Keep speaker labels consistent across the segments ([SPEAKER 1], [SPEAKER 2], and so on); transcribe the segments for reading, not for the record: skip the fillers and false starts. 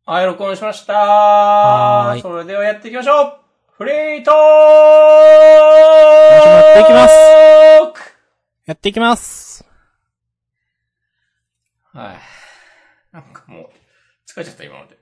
[SPEAKER 1] はい、録音しました
[SPEAKER 2] はーい。
[SPEAKER 1] それではやっていきましょう。フリートー
[SPEAKER 2] 始まっていきます。やっていきます。
[SPEAKER 1] はい。なんかもう、疲れちゃった、今ので。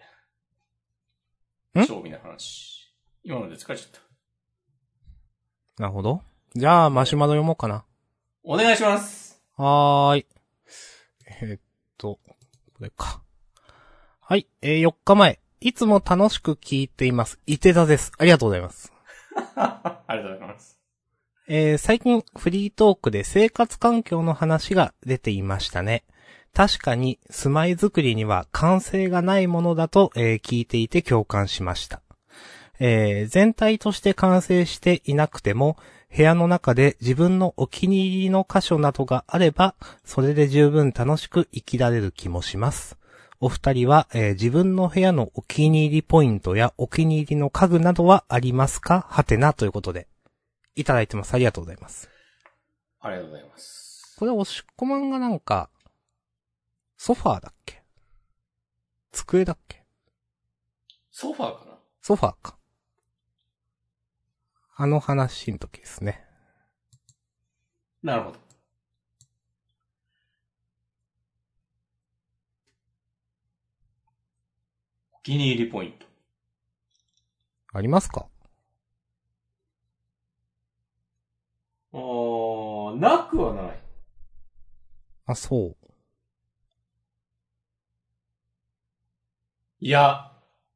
[SPEAKER 1] 賞味の話。今ので疲れちゃった。
[SPEAKER 2] なるほど。じゃあ、マシュマロ読もうかな。
[SPEAKER 1] お願いします。
[SPEAKER 2] はーい。これか。はい、4日前。いつも楽しく聞いています。伊手座です。ありがとうございます。
[SPEAKER 1] ありがとうございます。
[SPEAKER 2] 最近、フリートークで生活環境の話が出ていましたね。確かに、住まいづくりには完成がないものだと、聞いていて共感しました。全体として完成していなくても、部屋の中で自分のお気に入りの箇所などがあれば、それで十分楽しく生きられる気もします。お二人は、自分の部屋のお気に入りポイントやお気に入りの家具などはありますか？はてなということで、いただいてます。ありがとうございます。
[SPEAKER 1] ありがとうございます。
[SPEAKER 2] これ、おしっこまんがなんか、ソファーだっけ？机だっけ？
[SPEAKER 1] ソファーかな？
[SPEAKER 2] ソファーか。あの話の時ですね。
[SPEAKER 1] なるほど。お気に入りポイント。
[SPEAKER 2] ありますか？
[SPEAKER 1] なくはない。
[SPEAKER 2] あ、そう。
[SPEAKER 1] いや。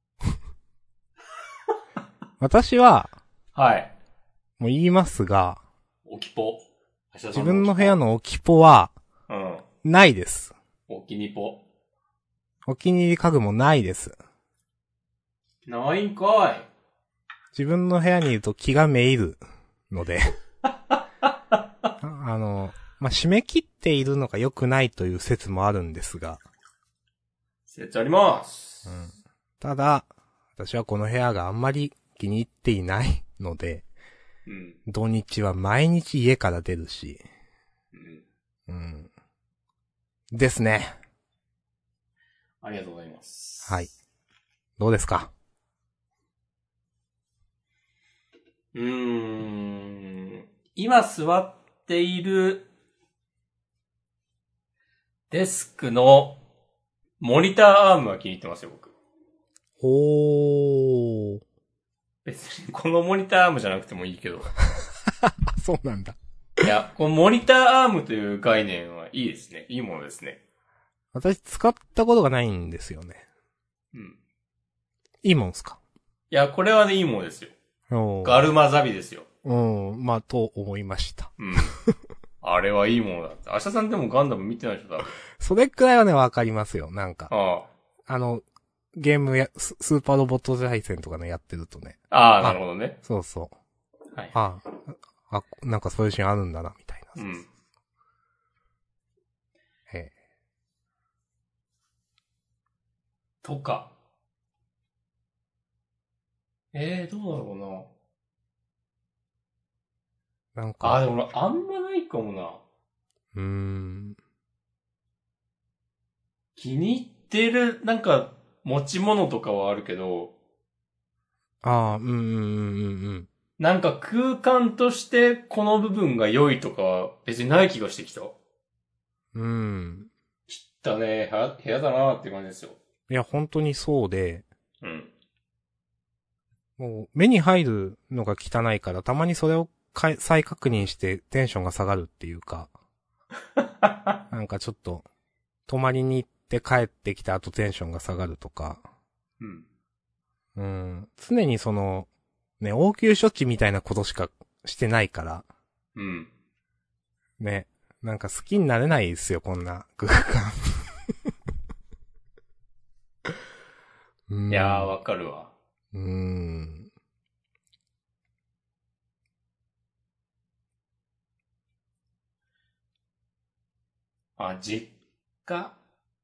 [SPEAKER 2] 私は、
[SPEAKER 1] はい。
[SPEAKER 2] もう言いますが、
[SPEAKER 1] おきぽ。
[SPEAKER 2] 自分の部屋の置きポは、
[SPEAKER 1] うん。
[SPEAKER 2] ないです。
[SPEAKER 1] お気にぽ。
[SPEAKER 2] お気に入り家具もないです。
[SPEAKER 1] ないんかい。
[SPEAKER 2] 自分の部屋にいると気がめいるので締め切っているのが良くないという説もあるんですが。
[SPEAKER 1] 説あります。
[SPEAKER 2] うん。ただ、私はこの部屋があんまり気に入っていないので、
[SPEAKER 1] うん。
[SPEAKER 2] 土日は毎日家から出るし、
[SPEAKER 1] うん。
[SPEAKER 2] うん。ですね。
[SPEAKER 1] ありがとうございます。
[SPEAKER 2] はい。どうですか？
[SPEAKER 1] 今座っているデスクのモニターアームは気に入ってますよ、僕。
[SPEAKER 2] ほー。
[SPEAKER 1] 別にこのモニターアームじゃなくてもいいけど。
[SPEAKER 2] あ、そうなんだ。
[SPEAKER 1] いや、このモニターアームという概念はいいですね。いいものですね。
[SPEAKER 2] 私使ったことがないんですよね。
[SPEAKER 1] うん。
[SPEAKER 2] いいもんすか？
[SPEAKER 1] いや、これはね、いいものですよ。ガルマザビですよ。
[SPEAKER 2] まあ、と思いました。
[SPEAKER 1] うん。あれはいいものだって。明日さんでもガンダム見てない人だろ。
[SPEAKER 2] それくらいはね、わかりますよ。なんか。
[SPEAKER 1] あ
[SPEAKER 2] ゲームや、スーパーロボット対戦とかね、やってるとね。
[SPEAKER 1] あ。なるほどね。
[SPEAKER 2] そうそう。
[SPEAKER 1] はい。
[SPEAKER 2] なんかそういうシーンあるんだな、みたいな。
[SPEAKER 1] うん。
[SPEAKER 2] へえ。
[SPEAKER 1] とか。どうだろうな。
[SPEAKER 2] なんか。
[SPEAKER 1] でも俺あんまないかもな。気に入ってる、なんか、持ち物とかはあるけど、なんか空間としてこの部分が良いとかは別にない気がしてきた。汚ね部屋だなっていう感じですよ。
[SPEAKER 2] いや、本当にそうで、
[SPEAKER 1] うん。
[SPEAKER 2] もう目に入るのが汚いから、たまにそれを再確認してテンションが下がるっていうか、なんかちょっと、泊まりに行って帰ってきた後テンションが下がるとか、常にその、ね、応急処置みたいなことしかしてないから、ね、なんか好きになれないですよ、こんな空間。
[SPEAKER 1] いやー、わかるわ。実家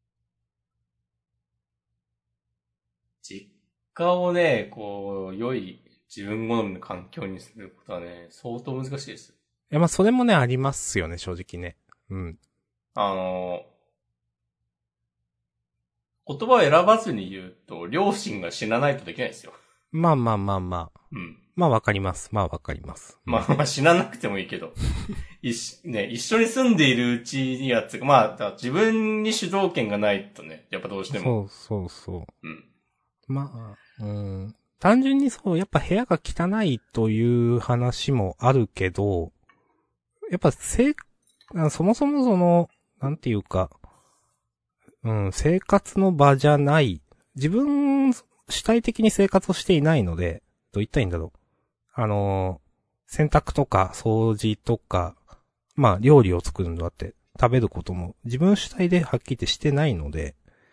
[SPEAKER 1] をね、こう、良い自分好みの環境にすることはね、相当難しいです。
[SPEAKER 2] いや、まあ、それもね、ありますよね、正直ね。
[SPEAKER 1] 言葉を選ばずに言うと、両親が死なないとできないですよ。
[SPEAKER 2] まあまあまあまあ。
[SPEAKER 1] うん。
[SPEAKER 2] まあわかります。まあわかります。
[SPEAKER 1] まあ死ななくてもいいけど。一緒に住んでいるうちにはまあ、自分に主導権がないとね、やっぱどうしても。
[SPEAKER 2] そうそう。
[SPEAKER 1] うん。
[SPEAKER 2] まあ、単純にそう、やっぱ部屋が汚いという話もあるけど、やっぱそもそもなんていうか、生活の場じゃない。自分主体的に生活をしていないので、どう言ったらいいんだろう。洗濯とか掃除とか、まあ料理を作るのだって食べることも自分主体ではっきり言ってしてないので、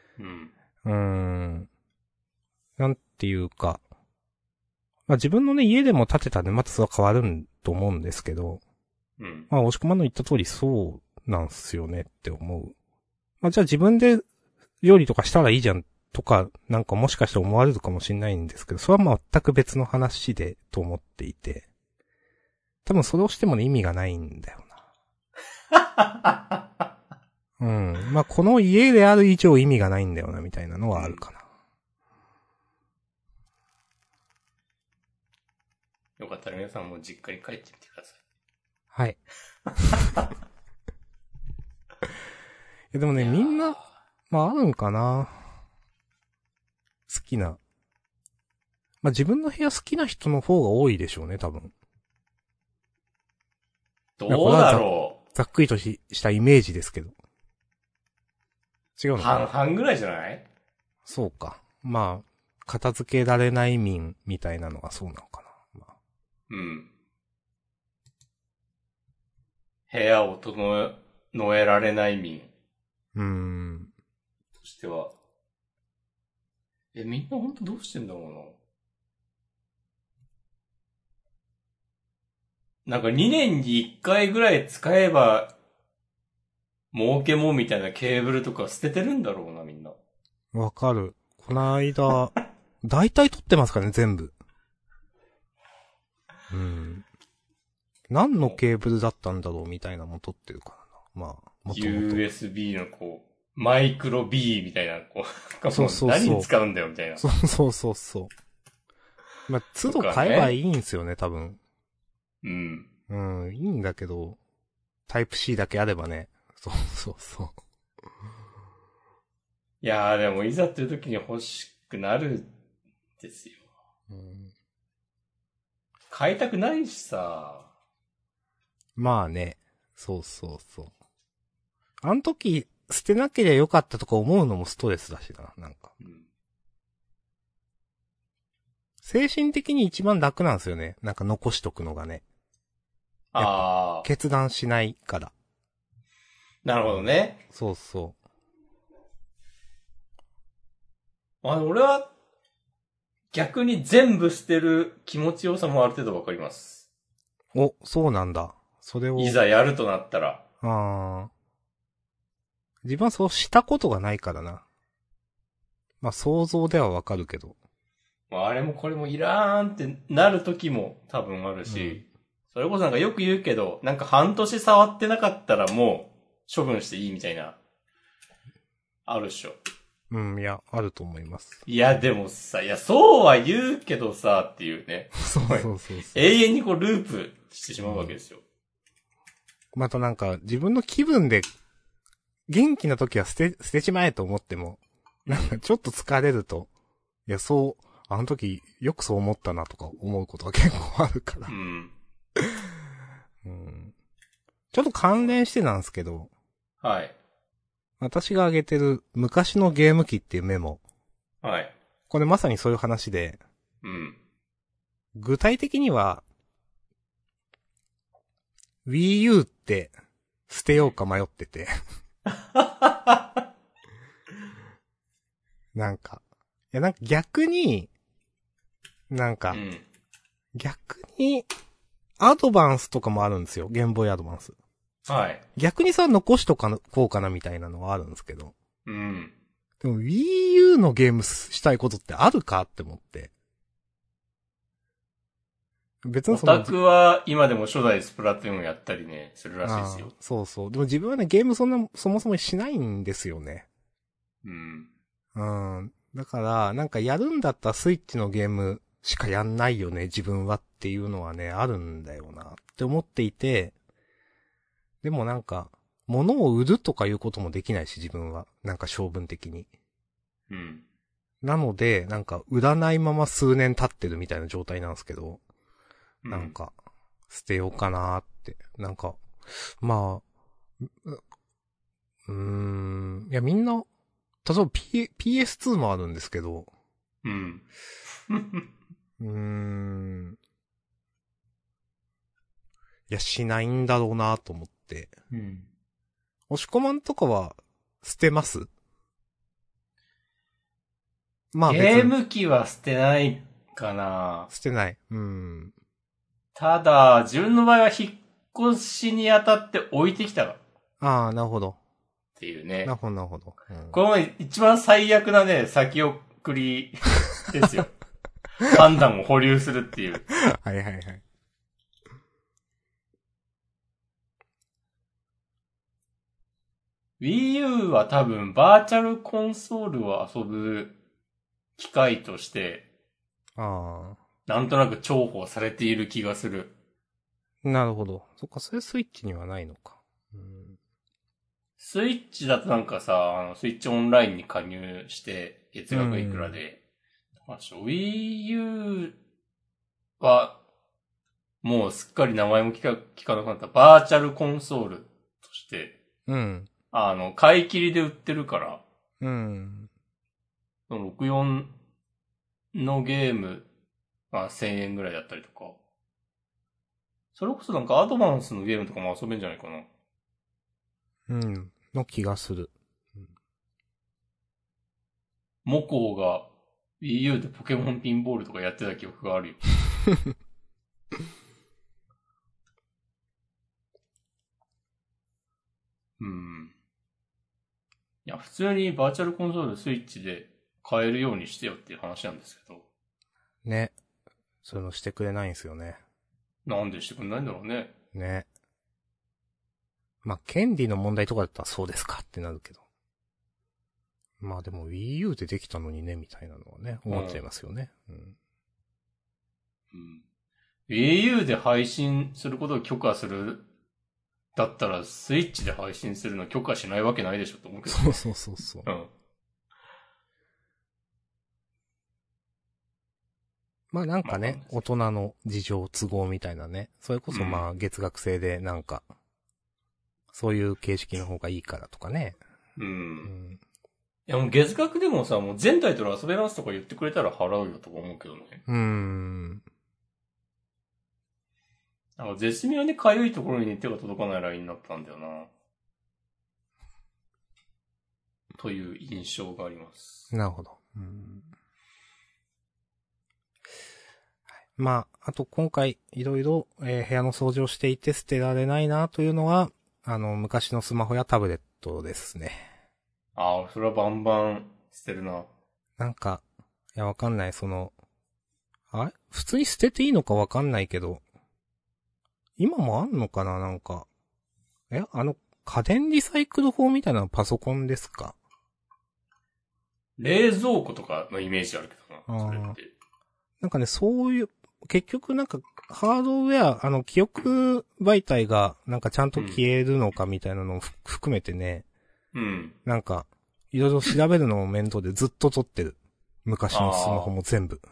[SPEAKER 2] なんていうか、まあ自分のね家でも建てたんでまたそれは変わると思うんですけど、まあ押し込まんの言った通りそうなんすよねって思う。まあじゃあ自分で料理とかしたらいいじゃんとか、なんかもしかして思われるかもしれないんですけど、それは全く別の話でと思っていて、多分それをしてもね意味がないんだよな。まあこの家である以上意味がないんだよなみたいなのはあるかな。
[SPEAKER 1] よかったら皆さんも実家に帰ってみてください。
[SPEAKER 2] はい。でもね、みんな、まああるんかな。好きな。まあ自分の部屋好きな人の方が多いでしょうね、多分。
[SPEAKER 1] どうだろう。
[SPEAKER 2] ざっくりとしたイメージですけど。違うのかな。
[SPEAKER 1] 半々ぐらいじゃない？
[SPEAKER 2] そうか。まあ、片付けられない民みたいなのがそうなのかな。まあ、
[SPEAKER 1] 部屋を整えられない民。としては。みんなほんとどうしてんだろうな。なんか2年に1回ぐらい使えば、儲けもんみたいなケーブルとか捨ててるんだろうな、みんな。
[SPEAKER 2] わかる。この間、大体撮ってますからね、全部。何のケーブルだったんだろうみたいなのも撮ってるからな。まあ、もともと。
[SPEAKER 1] USB のマイクロ B みたいな、
[SPEAKER 2] そう
[SPEAKER 1] 何に使うんだよ、みたいな。
[SPEAKER 2] そう。まあ、都度買えばいいんすよね、多分。いいんだけど、タイプ C だけあればね。そう。
[SPEAKER 1] いやーでもいざという時に欲しくなるんですよ。買いたくないしさ。
[SPEAKER 2] まあね。そう。あの時、捨てなければよかったとか思うのもストレスだしな、なんか。精神的に一番楽なんですよね。なんか残しとくのがね。決断しないから。
[SPEAKER 1] なるほどね。
[SPEAKER 2] そう。
[SPEAKER 1] 俺は、逆に全部捨てる気持ちよさもある程度わかります。
[SPEAKER 2] お、そうなんだ。それを。
[SPEAKER 1] いざやるとなったら。
[SPEAKER 2] 自分はそうしたことがないからな。まあ想像ではわかるけど。
[SPEAKER 1] あれもこれもいらーんってなる時も多分あるし、それこそなんかよく言うけど、なんか半年触ってなかったらもう処分していいみたいな、あるっしょ。
[SPEAKER 2] いや、あると思います。
[SPEAKER 1] いや、でもさ、そうは言うけどさ、っていうね。
[SPEAKER 2] そう。
[SPEAKER 1] 永遠にループしてしまうわけですよ。
[SPEAKER 2] またなんか、自分の気分で、元気な時は捨てちまえと思っても、なんかちょっと疲れると、いや、あの時、よくそう思ったなとか思うことが結構あるから。ちょっと関連してなんですけど。
[SPEAKER 1] はい。
[SPEAKER 2] 私が挙げてる昔のゲーム機っていうメモ。
[SPEAKER 1] はい。
[SPEAKER 2] これまさにそういう話で。具体的には、Wii U って捨てようか迷ってて。なんか逆に、逆に、アドバンスとかもあるんですよ。ゲームボーイアドバンス。
[SPEAKER 1] はい。
[SPEAKER 2] 逆にさ、残しとこうかなみたいなのはあるんですけど。でも Wii U のゲームしたいことってあるかって思って。別に
[SPEAKER 1] オタクは今でも初代スプラトゥーンをやったりね、するらしいですよ。
[SPEAKER 2] そう。でも自分はね、ゲームそもそもしないんですよね。 うん。だから、なんかやるんだったらスイッチのゲームしかやんないよね、自分はっていうのはね、あるんだよなって思っていて、でもなんか、物を売るとかいうこともできないし、自分は。なんか性分的に。
[SPEAKER 1] うん。
[SPEAKER 2] なので、なんか、売らないまま数年経ってるみたいな状態なんですけど、
[SPEAKER 1] うん。
[SPEAKER 2] なんか、捨てようかなーって。なんか、まあ、いやみんな、例えば、PS2 もあるんですけど、
[SPEAKER 1] うん。
[SPEAKER 2] うーん、いや、しないんだろうなと思って。
[SPEAKER 1] うん。
[SPEAKER 2] 押し込まんとかは、捨てます？まあ別に、
[SPEAKER 1] ゲーム機は捨てないかな。
[SPEAKER 2] 捨てない。
[SPEAKER 1] ただ、自分の場合は引っ越しにあたって置いてきたっ
[SPEAKER 2] ああ、なるほど。
[SPEAKER 1] ていうね。
[SPEAKER 2] なるほど、なるほど。うん、
[SPEAKER 1] これも一番最悪なね、先送りですよ。判断を保留するっていう。
[SPEAKER 2] はいはいはい。
[SPEAKER 1] Wii U は多分バーチャルコンソールを遊ぶ機械として、
[SPEAKER 2] あ
[SPEAKER 1] なんとなく重宝されている気がする。
[SPEAKER 2] あ、なるほど。そっか、それスイッチにはないのか。
[SPEAKER 1] スイッチだとなんかさ、スイッチオンラインに加入して、月額いくらで。Wii U は、もうすっかり名前も聞かなくなったバーチャルコンソールとして、
[SPEAKER 2] うん。
[SPEAKER 1] 買い切りで売ってるから、
[SPEAKER 2] うん。
[SPEAKER 1] その64のゲームが1000円ぐらいだったりとか、それこそなんかアドバンスのゲームとかも遊べんじゃないかな。
[SPEAKER 2] うん。の気がする。
[SPEAKER 1] モコウが Wii U でポケモンピンボールとかやってた記憶があるよ。うん。いや、普通にバーチャルコンソールスイッチで買えるようにしてよっていう話なんですけど。
[SPEAKER 2] ね。そういうのしてくれないんですよね。
[SPEAKER 1] なんでしてくんないんだろうね。
[SPEAKER 2] ね。まあ、権利の問題とかだったらそうですかってなるけど。まあでも Wii U でできたのにね、みたいなのはね、思っちゃいますよね。うん。
[SPEAKER 1] うん。Wii U で配信することを許可するだったら、スイッチで配信するの許可しないわけないでしょと思うけど。
[SPEAKER 2] そうそうそうそう。
[SPEAKER 1] うん。
[SPEAKER 2] まあなんかね、
[SPEAKER 1] まあわかんないです
[SPEAKER 2] 大人の事情都合みたいなね。それこそまあ月額制でなんか、そういう形式の方がいいからとかね。
[SPEAKER 1] う。
[SPEAKER 2] うんん。
[SPEAKER 1] いやもう月額でもさ、もう全タイトル遊べますとか言ってくれたら払うよとか思うけどね。なんか絶妙に痒いところに手が届かないラインになったんだよな。という印象があります。
[SPEAKER 2] なるほど。まあ、あと今回いろいろ部屋の掃除をしていて捨てられないなというのは、昔のスマホやタブレットですね。
[SPEAKER 1] ああ、それはバンバン捨てるな。
[SPEAKER 2] なんか、いやわかんない、普通に捨てていいのかわかんないけど、今もあんのかななんか、家電リサイクル法みたいなのパソコンですか？
[SPEAKER 1] 冷蔵庫とかのイメージあるけどな、それって。
[SPEAKER 2] なんかね、そういう、結局なんか、ハードウェア、記憶媒体が、なんかちゃんと消えるのかみたいなのを含めてね、
[SPEAKER 1] うん。
[SPEAKER 2] なんか、いろいろ調べるのも面倒でずっと撮ってる。昔のスマホも全部。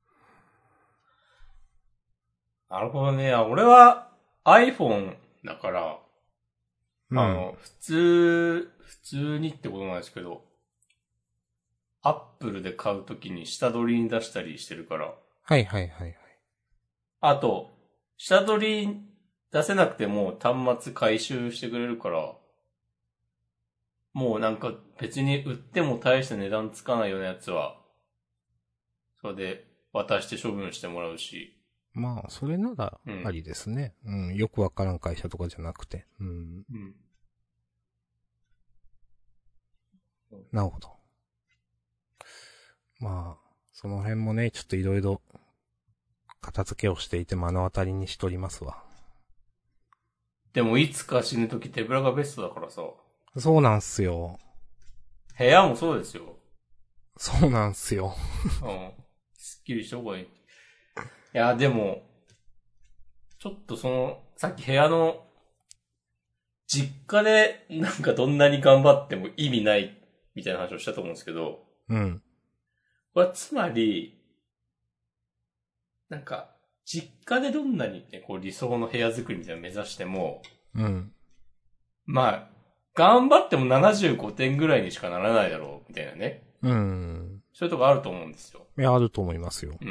[SPEAKER 1] なるほどね。俺は iPhone だから、
[SPEAKER 2] うん。
[SPEAKER 1] 普通にってことなんですけど、Apple で買うときに下取りに出したりしてるから、
[SPEAKER 2] はいはいはいはい。
[SPEAKER 1] あと、下取り出せなくても端末回収してくれるから、もうなんか別に売っても大して値段つかないようなやつは、それで渡して処分してもらうし。
[SPEAKER 2] まあ、それなら、ありですね。うん。よくわからん会社とかじゃなくて。うん。
[SPEAKER 1] うん。
[SPEAKER 2] なるほど。まあ、その辺もね、ちょっといろいろ、片付けをしていて目の当たりにしとりますわ。
[SPEAKER 1] でもいつか死ぬとき手ぶらがベストだからさ。
[SPEAKER 2] そうなんすよ。
[SPEAKER 1] 部屋もそうですよ。
[SPEAKER 2] そうなんすよ。
[SPEAKER 1] うん。すっきりした方がいい。いや、でも、ちょっとさっき部屋の、実家でなんかどんなに頑張っても意味ないみたいな話をしたと思うんですけど、
[SPEAKER 2] うん。
[SPEAKER 1] これはつまり、なんか、実家でどんなにね、こう理想の部屋作りみたいなのを目指しても、
[SPEAKER 2] うん。
[SPEAKER 1] まあ、頑張っても75点ぐらいにしかならないだろう、みたいなね。
[SPEAKER 2] うん。
[SPEAKER 1] そういうとこあると思うんですよ。
[SPEAKER 2] いや、あると思いますよ。
[SPEAKER 1] うん。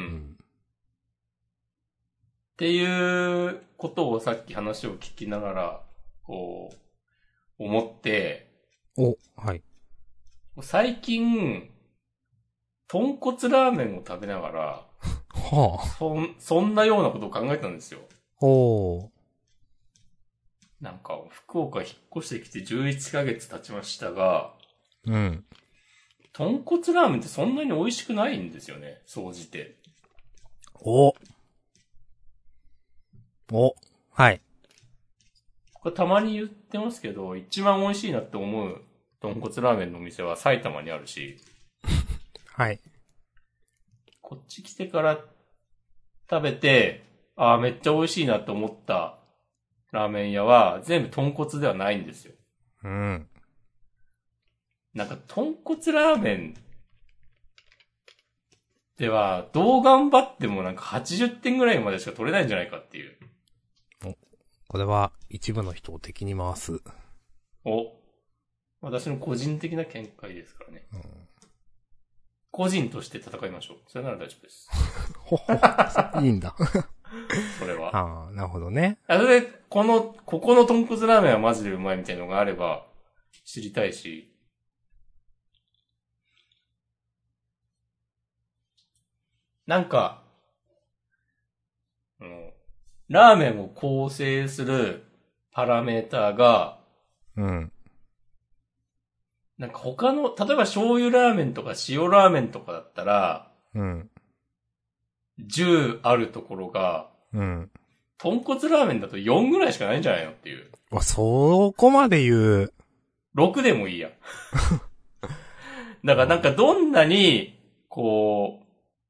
[SPEAKER 1] っていうことをさっき話を聞きながら、こう、思って、
[SPEAKER 2] お、はい。
[SPEAKER 1] 最近、豚骨ラーメンを食べながら、
[SPEAKER 2] は
[SPEAKER 1] そんなようなことを考えたんですよ。
[SPEAKER 2] あ。おー。
[SPEAKER 1] なんか、福岡引っ越してきて11ヶ月経ちましたが、
[SPEAKER 2] うん。
[SPEAKER 1] 豚骨ラーメンってそんなに美味しくないんですよね、総じて。
[SPEAKER 2] お。お。はい。
[SPEAKER 1] これたまに言ってますけど、一番美味しいなって思う豚骨ラーメンのお店は埼玉にあるし、
[SPEAKER 2] はい。
[SPEAKER 1] こっち来てから食べて、ああ、めっちゃ美味しいなって思ったラーメン屋は全部豚骨ではないんですよ。
[SPEAKER 2] うん。
[SPEAKER 1] なんか豚骨ラーメンではどう頑張ってもなんか80点ぐらいまでしか取れないんじゃないかっていう。
[SPEAKER 2] これは一部の人を敵に回す。
[SPEAKER 1] 私の個人的な見解ですからね。
[SPEAKER 2] うん、
[SPEAKER 1] 個人として戦いましょう。それなら大丈夫です。
[SPEAKER 2] ほほ、いいんだ。
[SPEAKER 1] それは。
[SPEAKER 2] ああ、なるほどね。
[SPEAKER 1] それで、ここの豚骨ラーメンはマジでうまいみたいなのがあれば知りたいし。なんか、ラーメンを構成するパラメーターが、
[SPEAKER 2] うん。
[SPEAKER 1] なんか他の、例えば醤油ラーメンとか塩ラーメンとかだったら、
[SPEAKER 2] うん。
[SPEAKER 1] 10あるところが、
[SPEAKER 2] うん。
[SPEAKER 1] 豚骨ラーメンだと4ぐらいしかないんじゃないのっていう。
[SPEAKER 2] そこまで言う。
[SPEAKER 1] 6でもいいや。だからなんかどんなに、こ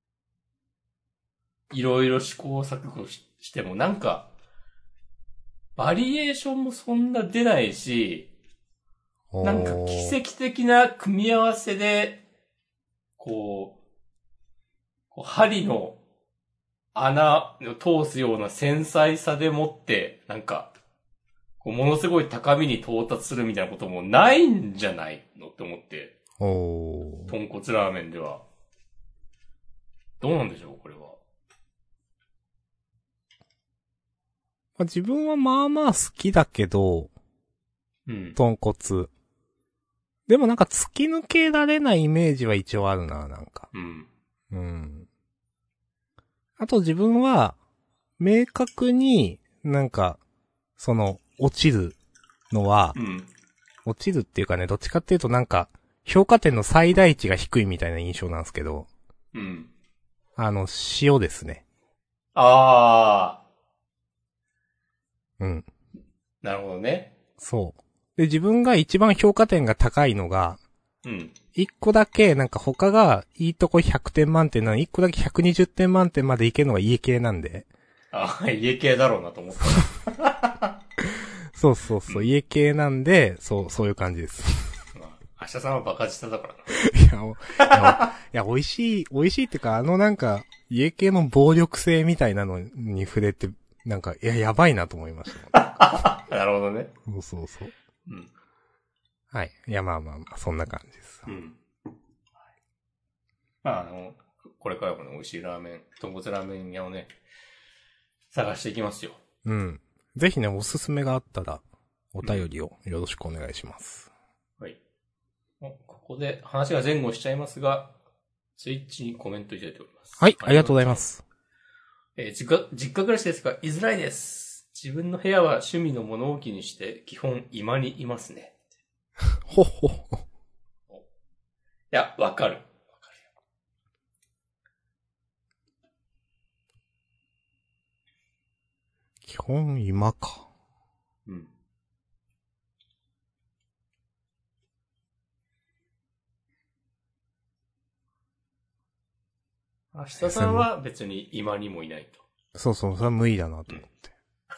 [SPEAKER 1] う、いろいろ試行錯誤してもなんか、バリエーションもそんな出ないし、なんか奇跡的な組み合わせで、こう針の穴を通すような繊細さでもって、なんか、ものすごい高みに到達するみたいなこともないんじゃないのって思って。豚骨ラーメンでは。どうなんでしょうこれは。
[SPEAKER 2] 自分はまあまあ好きだけど、
[SPEAKER 1] うん。
[SPEAKER 2] 豚骨。でもなんか突き抜けられないイメージは一応あるな、なんか。
[SPEAKER 1] うん。
[SPEAKER 2] うん。あと自分は、明確になんか、落ちるのは、
[SPEAKER 1] うん。
[SPEAKER 2] 落ちるっていうかね、どっちかっていうとなんか、評価点の最大値が低いみたいな印象なんですけど、
[SPEAKER 1] うん。
[SPEAKER 2] 塩ですね。
[SPEAKER 1] あ
[SPEAKER 2] うん。
[SPEAKER 1] なるほどね。
[SPEAKER 2] そう。で、自分が一番評価点が高いのが、
[SPEAKER 1] うん。
[SPEAKER 2] 一個だけ、なんか他がいいとこ100点満点なのに、一個だけ120点満点までいけるのが家系なんで。
[SPEAKER 1] 家系だろうなと思った。
[SPEAKER 2] そうそうそう、家系なんで、そういう感じです。
[SPEAKER 1] 明日さんはバカ舌だから
[SPEAKER 2] いや、美味しいってか、なんか、家系の暴力性みたいなのに触れて、なんか、やばいなと思いました。
[SPEAKER 1] なるほどね。
[SPEAKER 2] そう。
[SPEAKER 1] うん。
[SPEAKER 2] はい。いや、まあ、そんな感じです。
[SPEAKER 1] うん。まあ、これからもね、美味しいラーメン、豚骨ラーメン屋をね、探していきますよ。
[SPEAKER 2] うん。ぜひね、おすすめがあったら、お便りをよろしくお願いします。
[SPEAKER 1] はい。ここで話が前後しちゃいますが、ツイッチにコメントいただいております。
[SPEAKER 2] はい、ありがとうございます。
[SPEAKER 1] 実家暮らしですが、居づらいです。自分の部屋は趣味の物置にして、基本今にいますね。
[SPEAKER 2] ほほほ。
[SPEAKER 1] いや、わかる。
[SPEAKER 2] 基本今か。
[SPEAKER 1] うん。 明日さんは別に今にもいないと。
[SPEAKER 2] そうそう、それは無理だなと思って。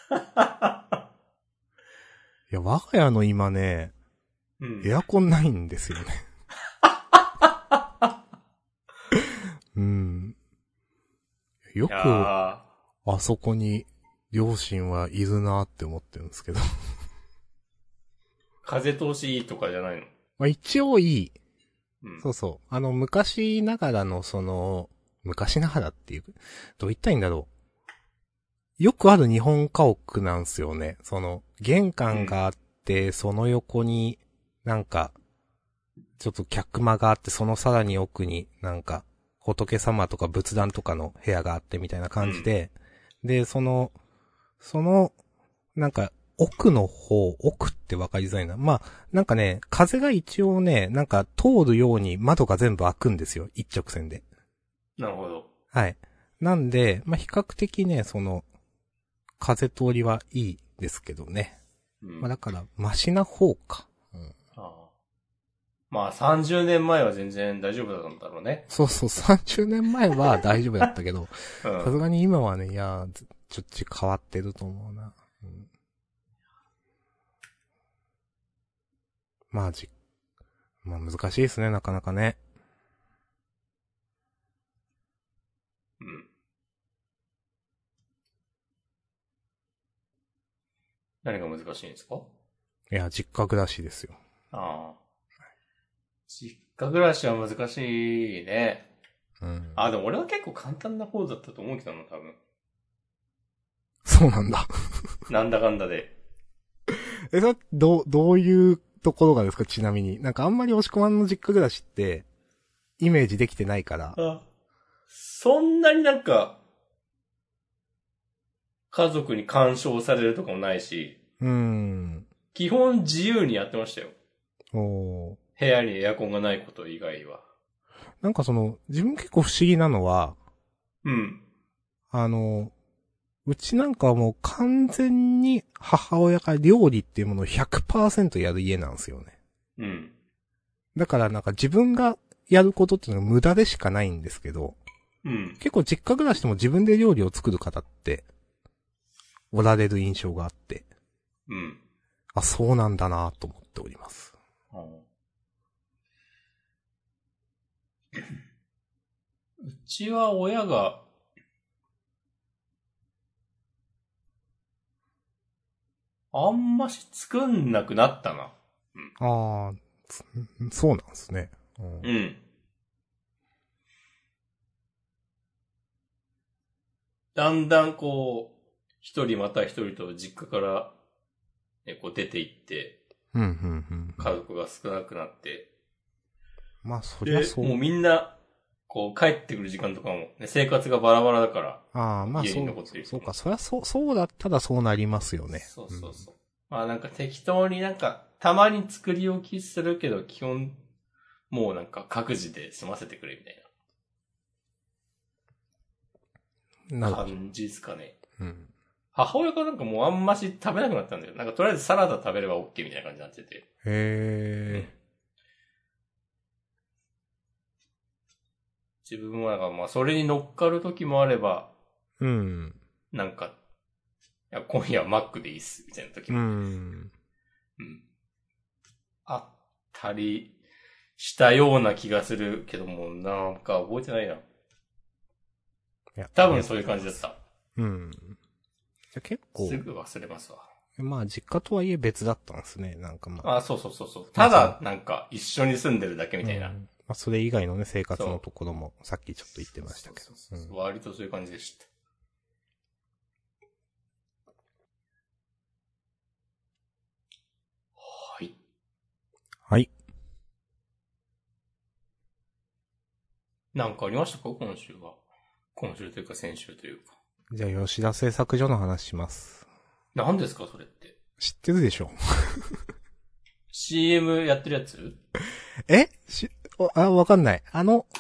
[SPEAKER 2] いや、我が家の今ね、エアコンないんですよね。うん。よく、あそこに、両親はいるなって思ってるんですけど。
[SPEAKER 1] 風通しいいとかじゃないの？
[SPEAKER 2] まあ一応いい。
[SPEAKER 1] うん、
[SPEAKER 2] そうそう。昔ながらの昔ながらっていう、どう言ったらいいんだろう。よくある日本家屋なんですよね。玄関があって、その横に、なんか、ちょっと客間があって、そのさらに奥になんか、仏様とか仏壇とかの部屋があってみたいな感じで、で、なんか、奥ってわかりづらいな。まあ、なんかね、風が一応ね、なんか通るように窓が全部開くんですよ。一直線で。
[SPEAKER 1] なるほど。
[SPEAKER 2] はい。なんで、まあ、比較的ね、風通りはいいですけどね。まあ、だから、マシな方か。
[SPEAKER 1] まあ、30年前は全然大丈夫だったんだろうね。
[SPEAKER 2] そうそう、30年前は大丈夫だったけど、さすがに今はね、いや、ちょっと変わってると思うな。まあ難しいですね、なかなかね。
[SPEAKER 1] 何が難しいんですか？
[SPEAKER 2] いや、実家暮らしですよ。
[SPEAKER 1] 実家暮らしは難しいね。
[SPEAKER 2] うん。
[SPEAKER 1] でも俺は結構簡単な方だったと思うけどな、多分。
[SPEAKER 2] そうなんだ。
[SPEAKER 1] なんだかんだで。
[SPEAKER 2] どういうところがですか、ちなみに。なんかあんまり押し込まんの実家暮らしって、イメージできてないから。
[SPEAKER 1] そんなになんか、家族に干渉されるとかもないし。基本自由にやってましたよ。部屋にエアコンがないこと以外は。
[SPEAKER 2] なんか自分結構不思議なのは、うちなんかはもう完全に母親が料理っていうものを 100% やる家なんですよね。だからなんか自分がやることっていうのが無駄でしかないんですけど、結構実家暮らしでも自分で料理を作る方って、おられる印象があって。そうなんだなと思っております。
[SPEAKER 1] うちは親が、あんまし作んなくなったな。
[SPEAKER 2] そうなんですね。
[SPEAKER 1] だんだん一人また一人と実家から、ね、出て行って、家族が少なくなって、
[SPEAKER 2] まあ、そりゃそう。
[SPEAKER 1] もうみんな、帰ってくる時間とかも、ね、生活がバラバラだから、
[SPEAKER 2] まあ
[SPEAKER 1] 家に残ってる
[SPEAKER 2] そうか、そりゃそうだったらそうなりますよね。
[SPEAKER 1] そう。まあなんか適当になんか、たまに作り置きするけど、基本、もうなんか各自で済ませてくれみたいな。感じですかね。母親がなんかもうあんまし食べなくなったんだよ。なんかとりあえずサラダ食べれば OK みたいな感じになってて。自分はなんかまあそれに乗っかる時もあれば、なんか、いや今夜マックでいいっす、みたいな時も。あったりしたような気がするけども、なんか覚えてないな。多分そういう感じだった。
[SPEAKER 2] じゃ結構。
[SPEAKER 1] すぐ忘れますわ。
[SPEAKER 2] まあ実家とはいえ別だったんですね、なんかま
[SPEAKER 1] あ。そう。ただ、なんか一緒に住んでるだけみたいな。
[SPEAKER 2] まあそれ以外のね、生活のところもさっきちょっと言ってましたけど。
[SPEAKER 1] 割とそういう感じでした。
[SPEAKER 2] はい。
[SPEAKER 1] なんかありましたか今週は。今週というか先週というか。
[SPEAKER 2] じゃあ吉田製作所の話します。
[SPEAKER 1] 何ですかそれって。
[SPEAKER 2] 知ってるでしょ
[SPEAKER 1] CM やってるやつ？
[SPEAKER 2] わかんない。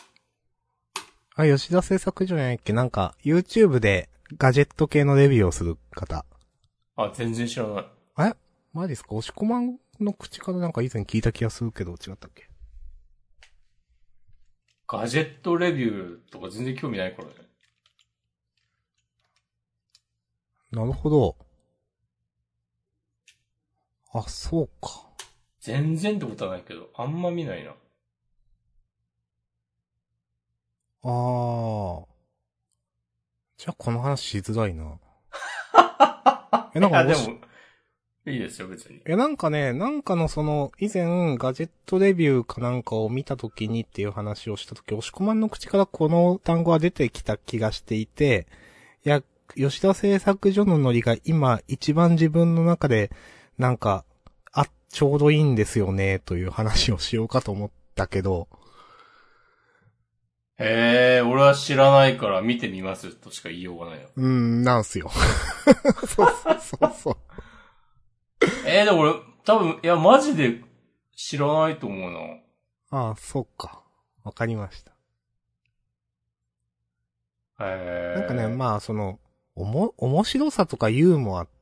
[SPEAKER 2] 吉田製作所じゃないっけなんか、YouTube でガジェット系のレビューをする方。
[SPEAKER 1] 全然知らない。
[SPEAKER 2] マジですか押し込まんの口からなんか以前聞いた気がするけど、違ったっけ
[SPEAKER 1] ガジェットレビューとか全然興味ないからね。
[SPEAKER 2] なるほど。あ、そうか。
[SPEAKER 1] 全然ってことはないけど、あんま見ないな。
[SPEAKER 2] じゃあこの話しづらいな。
[SPEAKER 1] なんかでも、いいですよ、別に。
[SPEAKER 2] なんかね、なんかの以前、ガジェットレビューかなんかを見たときにっていう話をしたとき、押し込まんの口からこの単語は出てきた気がしていて、いや、吉田製作所のノリが今一番自分の中で、なんか、ちょうどいいんですよね、という話をしようかと思ったけど。
[SPEAKER 1] 俺は知らないから見てみますとしか言いようがないよ。
[SPEAKER 2] なんすよ。そう。
[SPEAKER 1] でも俺、多分、いや、マジで知らないと思うな。
[SPEAKER 2] そうか。わかりました。
[SPEAKER 1] なん
[SPEAKER 2] かね、まあ、面白さとかユーモアって、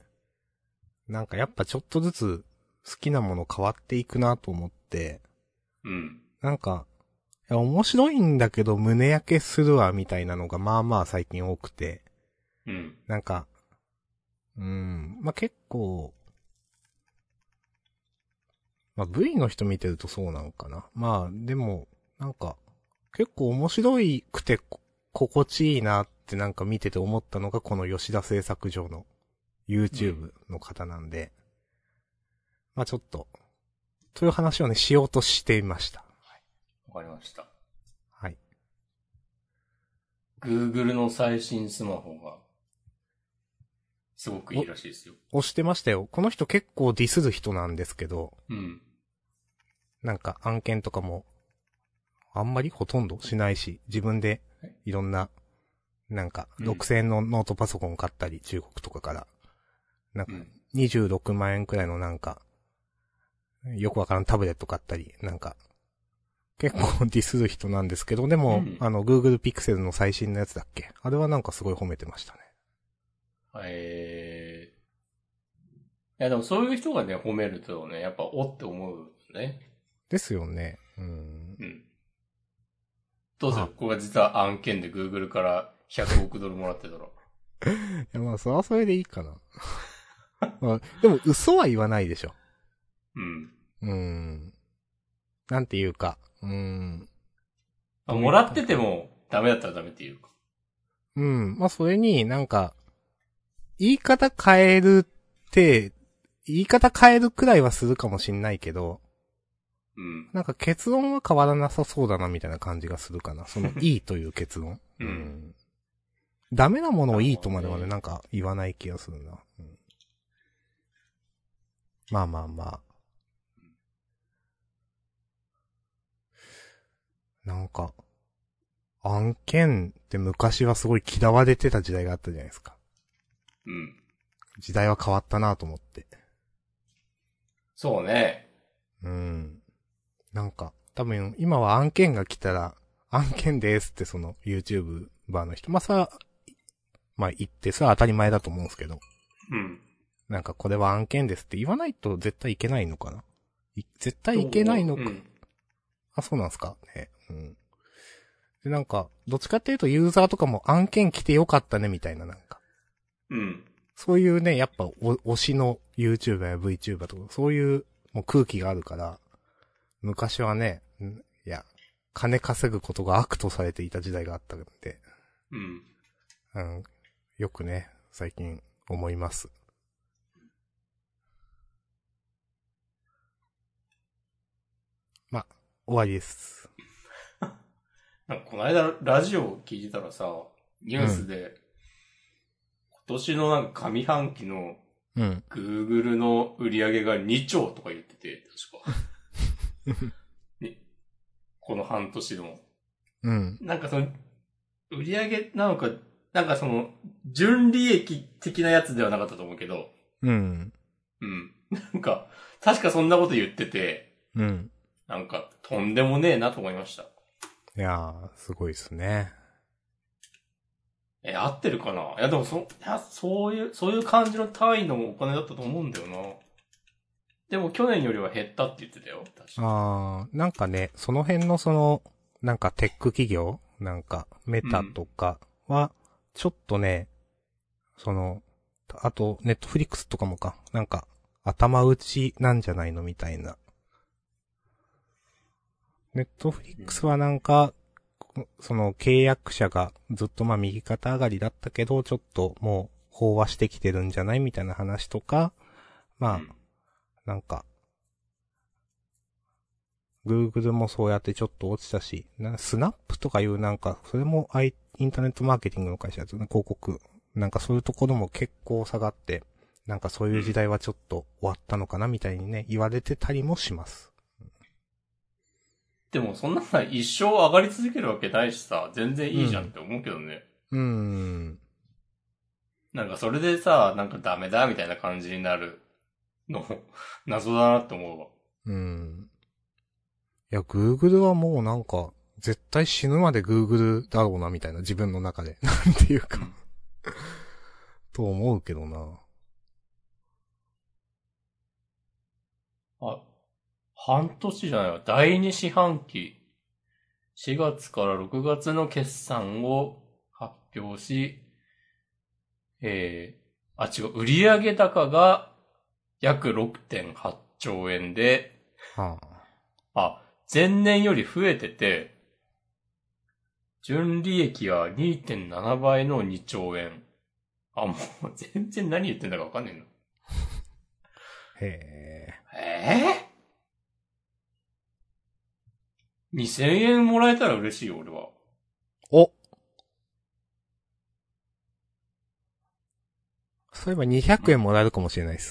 [SPEAKER 2] なんかやっぱちょっとずつ好きなもの変わっていくなと思って、
[SPEAKER 1] うん。
[SPEAKER 2] なんか、いや面白いんだけど胸焼けするわみたいなのがまあまあ最近多くて、
[SPEAKER 1] うん。
[SPEAKER 2] なんか、まあ結構、まあ V の人見てるとそうなんかな。まあでも、なんか、結構面白いくて心地いいなってなんか見てて思ったのがこの吉田製作所の YouTube の方なんで、まあちょっと、という話をね、しようとしていました。
[SPEAKER 1] わかりました。
[SPEAKER 2] はい。
[SPEAKER 1] Google の最新スマホが、すごくいいらしいですよ。
[SPEAKER 2] 押してましたよ。この人結構ディスる人なんですけど、
[SPEAKER 1] うん。
[SPEAKER 2] なんか案件とかも、あんまりほとんどしないし、自分でいろんな、なんか、6000円のノートパソコン買ったり、中国とかから、なんか、26万円くらいのなんか、よくわからんタブレット買ったり、なんか、結構ディスる人なんですけど、でも、Google Pixel の最新のやつだっけ？あれはなんかすごい褒めてましたね。
[SPEAKER 1] いやでもそういう人がね、褒めるとね、やっぱおって思うね。
[SPEAKER 2] ですよね。
[SPEAKER 1] どうする？ここが実は案件で Google から100億ドルもらってたら。
[SPEAKER 2] いやまあ、それはそれでいいかな。まあ、でも嘘は言わないでしょ。なんていうか、
[SPEAKER 1] もらっててもダメだったらダメっていうか。
[SPEAKER 2] まあそれになんか、言い方変えるくらいはするかもしんないけど、なんか結論は変わらなさそうだなみたいな感じがするかな。いいという結論。ダメなものをいいとまではね、なんか言わない気がするな。まあまあまあ。なんか、案件って昔はすごい嫌われてた時代があったじゃないですか。時代は変わったなと思って。
[SPEAKER 1] そうね。
[SPEAKER 2] なんか、多分今は案件が来たら、案件ですってYouTuber の人。まあさ、まあ言ってさ当たり前だと思うんですけど。なんかこれは案件ですって言わないと絶対いけないのかな？絶対いけないのか。あ、そうなんですかね。で、なんか、どっちかっていうとユーザーとかも案件来てよかったねみたいななんか。そういうね、やっぱ推しの YouTuber や VTuber とか、そういうもう空気があるから、昔はね、いや、金稼ぐことが悪とされていた時代があったんで。よくね、最近思います。ま、終わりです。
[SPEAKER 1] この間ラジオ聞いてたらさ、ニュースで、今年のなんか上半期の Google の売り上げが2兆とか言ってて、確か。この半年の。なんか売り上げなのか、なんか純利益的なやつではなかったと思うけど。なんか、確かそんなこと言ってて。なんか、とんでもねえなと思いました。
[SPEAKER 2] いやー、すごいですね。
[SPEAKER 1] 合ってるかな？いや、でもそういう感じの単位のお金だったと思うんだよな。でも去年よりは減ったって言ってたよ。確か
[SPEAKER 2] なんかね、その辺のなんかテック企業なんか、メタとかは、ちょっとね、あと、ネットフリックスとかもか、なんか、頭打ちなんじゃないのみたいな。ネットフリックスはなんか、契約者がずっと右肩上がりだったけど、ちょっともう飽和してきてるんじゃないみたいな話とか、なんか、Google もそうやってちょっと落ちたし、スナップとかいうなんか、それもインターネットマーケティングの会社ですよね、広告。なんかそういうところも結構下がって、なんかそういう時代はちょっと終わったのかなみたいにね、言われてたりもします。
[SPEAKER 1] でもそんなの一生上がり続けるわけないしさ、全然いいじゃんって思うけどね。なんかそれでさ、なんかダメだみたいな感じになるの、謎だなって思うわ。
[SPEAKER 2] いや、Google はもうなんか、絶対死ぬまで Google だろうなみたいな、自分の中で。なんていうかと思うけどな。
[SPEAKER 1] 半年じゃないわ。第2四半期。4月から6月の決算を発表し、違う、売上高が約 6.8 兆円で、前年より増えてて、純利益は 2.7 倍の2兆円。もう全然何言ってんだかわかんねえな。2000円もらえたら嬉しいよ、俺は。
[SPEAKER 2] そういえば200円もらえるかもしれないです。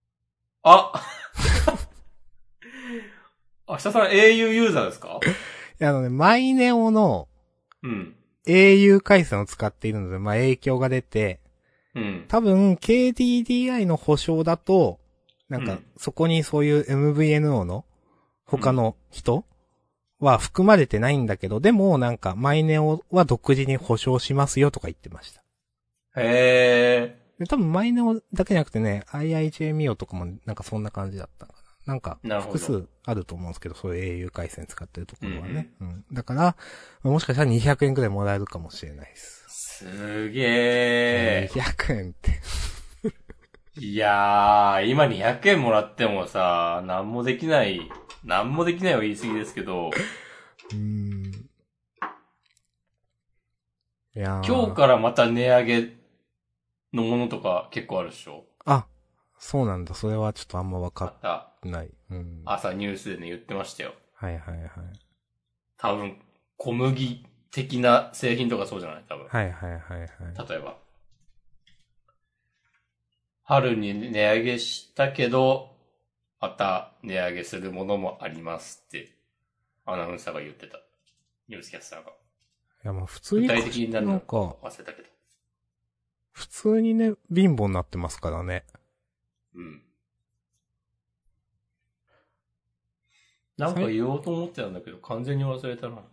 [SPEAKER 1] 明日さん au ユーザーですか？
[SPEAKER 2] いや、マイネオの、au 回線を使っているので、影響が出て、多分、KDDI の保証だと、なんか、そこにそういう MVNO の他の人は含まれてないんだけど、でもなんか、マイネオは独自に保証しますよとか言ってました。で、多分マイネオだけじゃなくてね、IIJ とかもなんかそんな感じだったかな。なんか、複数あると思うんですけど、そういう au 回線使ってるところはね。だから、もしかしたら200円くらいもらえるかもしれないです。
[SPEAKER 1] すげー。
[SPEAKER 2] 200円って。
[SPEAKER 1] いやー、今200円もらってもさ、なんもできないは言い過ぎですけど。
[SPEAKER 2] いや
[SPEAKER 1] 今日からまた値上げのものとか結構あるでしょ？
[SPEAKER 2] そうなんだ。それはちょっとあんま分かってない。
[SPEAKER 1] 朝ニュースでね、言ってましたよ。
[SPEAKER 2] はい。
[SPEAKER 1] 多分、小麦的な製品とかそうじゃない？多分。
[SPEAKER 2] はい。
[SPEAKER 1] 例えば。春に値上げしたけど、また値上げするものもありますって、アナウンサーが言ってた。ニュースキャスターが。
[SPEAKER 2] いや、普通に。
[SPEAKER 1] 具体的になるのか忘れたけど。
[SPEAKER 2] 普通にね、貧乏になってますからね。
[SPEAKER 1] なんか言おうと思ってたんだけど、完全に忘れたな。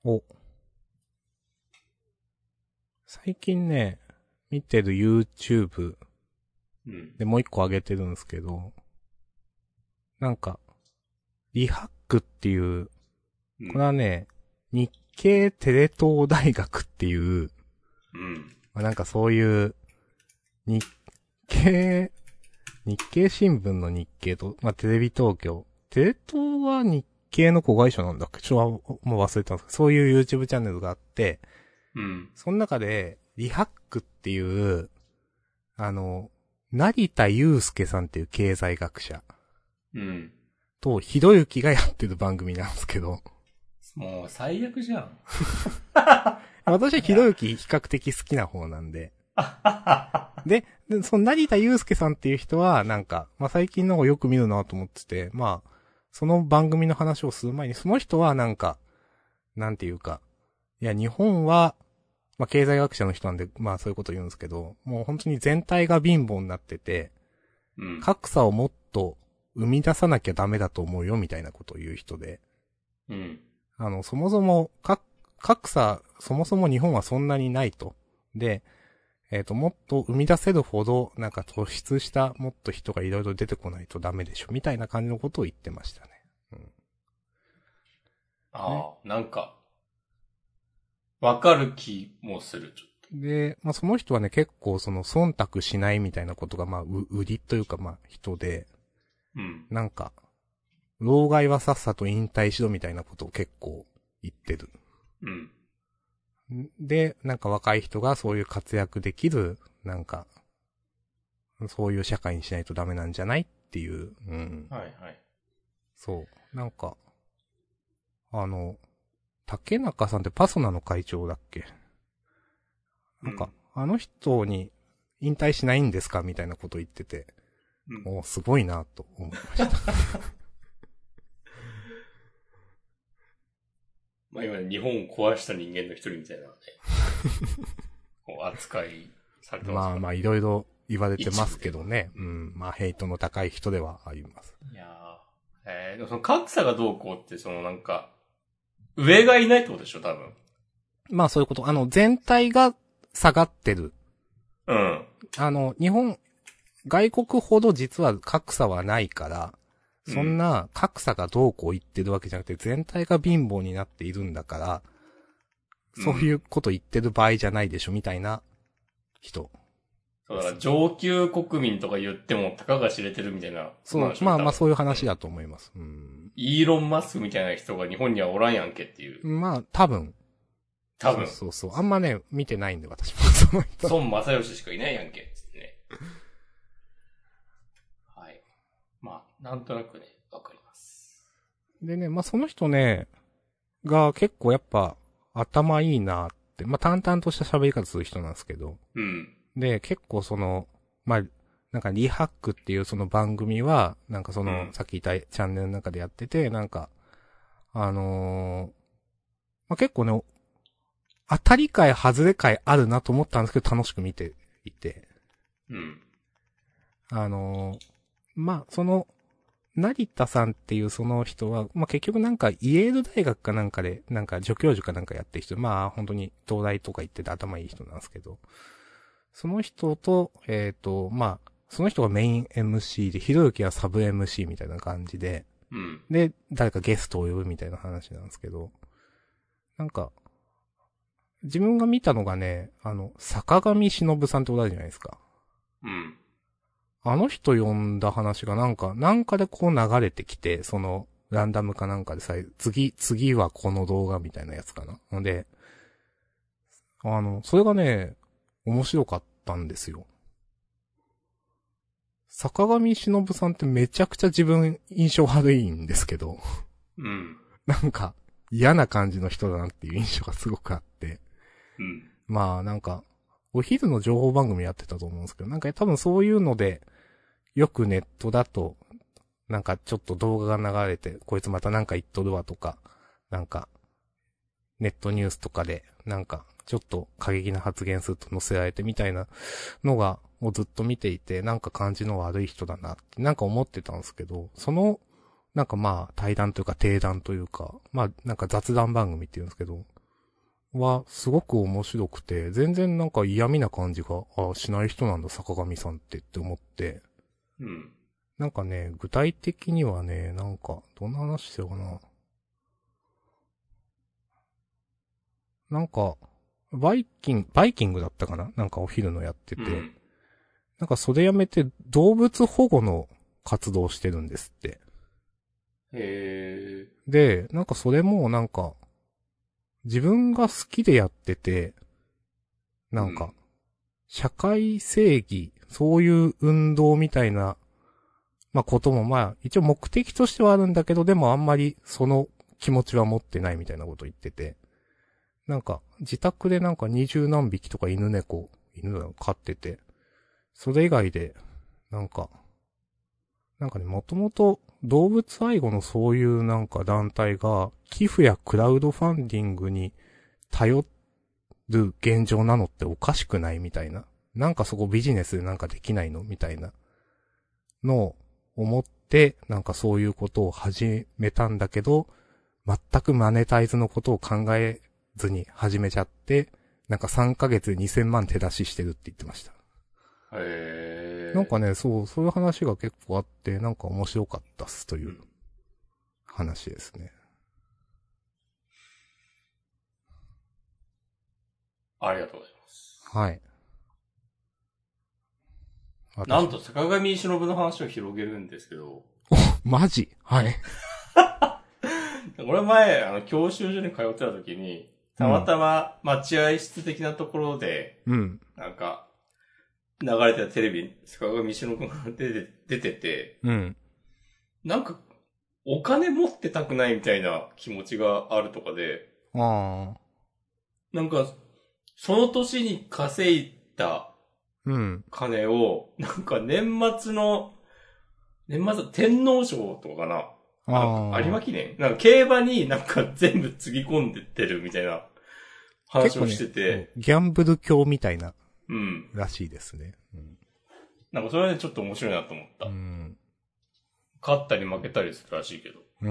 [SPEAKER 2] 最近ね、見てる YouTube でもう一個上げてるんですけど、なんか、リハックっていう、これはね、日経テレ東大学っていう、なんかそういう、日経新聞の日経と、テレビ東京。テレ東は日経の子会社なんだっけ？もう忘れたんですけど、そういう YouTube チャンネルがあって、その中で、リハックっていう、成田悠介さんっていう経済学者。と、ひろゆきがやってる番組なんですけど。
[SPEAKER 1] もう最悪じゃん。
[SPEAKER 2] 私はひろゆき比較的好きな方なんで。で、その成田悠介さんっていう人は、なんか、最近の方よく見るなと思ってて、その番組の話をする前に、その人はなんか、なんていうか、いや、日本は、経済学者の人なんで、そういうこと言うんですけど、もう本当に全体が貧乏になってて、格差をもっと生み出さなきゃダメだと思うよ、みたいなことを言う人で。そもそも、格差、そもそも日本はそんなにないと。で、もっと生み出せるほど、なんか突出したもっと人がいろいろ出てこないとダメでしょ、みたいな感じのことを言ってましたね。
[SPEAKER 1] なんか、 わかる気もする、ちょっ
[SPEAKER 2] で、まあその人はね、結構その忖度しないみたいなことがまあ売りというかまあ人で、
[SPEAKER 1] と。うん。
[SPEAKER 2] なんか、老害はさっさと引退しろみたいなことを結構言ってる。
[SPEAKER 1] うん。
[SPEAKER 2] で、なんか若い人がそういう活躍できる、なんか、そういう社会にしないとダメなんじゃないっていう、うん。
[SPEAKER 1] はいはい。
[SPEAKER 2] そう。なんか、竹中さんってパソナの会長だっけ？なんか、あの人に引退しないんですかみたいなこと言ってて、
[SPEAKER 1] うん。
[SPEAKER 2] おすごいなと思いました。
[SPEAKER 1] まあ今日本を壊した人間の一人みたいなね、こう扱いされてますから。
[SPEAKER 2] まあまあいろいろ言われてますけどね。うん。まあヘイトの高い人ではあります。
[SPEAKER 1] いやー、でもその格差がどうこうってそのなんか、上がいないってことでしょ、多分。
[SPEAKER 2] まあそういうこと。全体が下がってる。
[SPEAKER 1] うん。
[SPEAKER 2] 日本、外国ほど実は格差はないから、そんな格差がどうこう言ってるわけじゃなくて、全体が貧乏になっているんだから、そういうこと言ってる場合じゃないでしょ、みたいな人。
[SPEAKER 1] そうだから上級国民とか言ってもたかが知れてるみたいな。
[SPEAKER 2] そう、まあまあそういう話だと思います。
[SPEAKER 1] イーロン・マスクみたいな人が日本にはおらんやんけっていう。
[SPEAKER 2] まあ、多分。
[SPEAKER 1] 多分。
[SPEAKER 2] そう。あんまね、見てないんで、私も。その人。
[SPEAKER 1] 孫正義しかいないやんけってね。はい。まあ、なんとなくね、わかります。
[SPEAKER 2] でね、まあその人ね、が結構やっぱ頭いいなって、まあ淡々とした喋り方する人なんですけど。
[SPEAKER 1] うん。
[SPEAKER 2] で、結構まあ、なんかリハックっていうその番組は、なんかさっき言ったチャンネルの中でやってて、なんか、まあ結構ね、当たり会、外れ会あるなと思ったんですけど、楽しく見ていて。
[SPEAKER 1] うん。
[SPEAKER 2] まあ、成田さんっていうその人は、まあ、結局なんか、イェール大学かなんかで、なんか助教授かなんかやってる人、まあ、本当に東大とか行ってて頭いい人なんですけど、その人と、まあ、その人がメイン MC で、ひろゆきはサブ MC みたいな感じで、
[SPEAKER 1] うん。
[SPEAKER 2] で、誰かゲストを呼ぶみたいな話なんですけど、なんか、自分が見たのがね、坂上忍さんっておられるじゃないですか。
[SPEAKER 1] うん。
[SPEAKER 2] あの人呼んだ話がなんかでこう流れてきて、ランダムかなんかで次はこの動画みたいなやつかな。ので、それがね、面白かったんですよ。坂上忍さんってめちゃくちゃ自分印象悪いんですけど、
[SPEAKER 1] うん。
[SPEAKER 2] なんか嫌な感じの人だなっていう印象がすごくあって、
[SPEAKER 1] うん。
[SPEAKER 2] まあなんか、お昼の情報番組やってたと思うんですけど、なんか多分そういうので、よくネットだと、なんかちょっと動画が流れて、こいつまたなんか言っとるわとか、なんか、ネットニュースとかで、なんか、ちょっと過激な発言すると載せられてみたいなのが、をずっと見ていて、なんか感じの悪い人だなって、なんか思ってたんですけど、なんかまあ、対談というか定談というか、まあ、なんか雑談番組って言うんですけど、は、すごく面白くて、全然なんか嫌味な感じが、しない人なんだ、坂上さんって思って、
[SPEAKER 1] うん。
[SPEAKER 2] なんかね、具体的にはね、なんか、どんな話しようかな。なんか、バイキングだったかななんかお昼のやってて、
[SPEAKER 1] うん。
[SPEAKER 2] なんかそれやめて動物保護の活動してるんですって。
[SPEAKER 1] へ
[SPEAKER 2] で、なんかそれもなんか、自分が好きでやってて、なんか、社会正義、そういう運動みたいな、まあこともまあ、一応目的としてはあるんだけど、でもあんまりその気持ちは持ってないみたいなこと言ってて、なんか、自宅でなんか20何匹とか犬飼ってて、それ以外で、なんかね、もともと動物愛護のそういうなんか団体が、寄付やクラウドファンディングに頼る現状なのっておかしくないみたいな。なんかそこビジネスでなんかできないのみたいなのを思って、なんかそういうことを始めたんだけど、全くマネタイズのことを考えずに始めちゃって、なんか3ヶ月で2000万手出ししてるって言ってました。なんかね、そういう話が結構あって、なんか面白かったっすという話ですね。
[SPEAKER 1] ありがとうございます。
[SPEAKER 2] はい。
[SPEAKER 1] なんと、坂上忍の話を広げるんですけど。
[SPEAKER 2] マジはい。
[SPEAKER 1] 俺前、教習所に通ってた時に、たまたま待合室的なところで、
[SPEAKER 2] うん。
[SPEAKER 1] なんか、流れてたテレビに坂上忍が出てて、
[SPEAKER 2] うん。
[SPEAKER 1] なんか、お金持ってたくないみたいな気持ちがあるとかで、
[SPEAKER 2] ああ。
[SPEAKER 1] なんか、その年に稼いだ
[SPEAKER 2] うん。
[SPEAKER 1] 金を、なんか年末天皇賞とかかな。有馬記念なんか競馬になんか全部つぎ込んでってるみたいな話をしてて。
[SPEAKER 2] ね、ギャンブル教みたいな。
[SPEAKER 1] うん。
[SPEAKER 2] らしいですね。うん、
[SPEAKER 1] なんかそれでちょっと面白いなと思った。うん。勝ったり負けたりするらしいけど。
[SPEAKER 2] うん。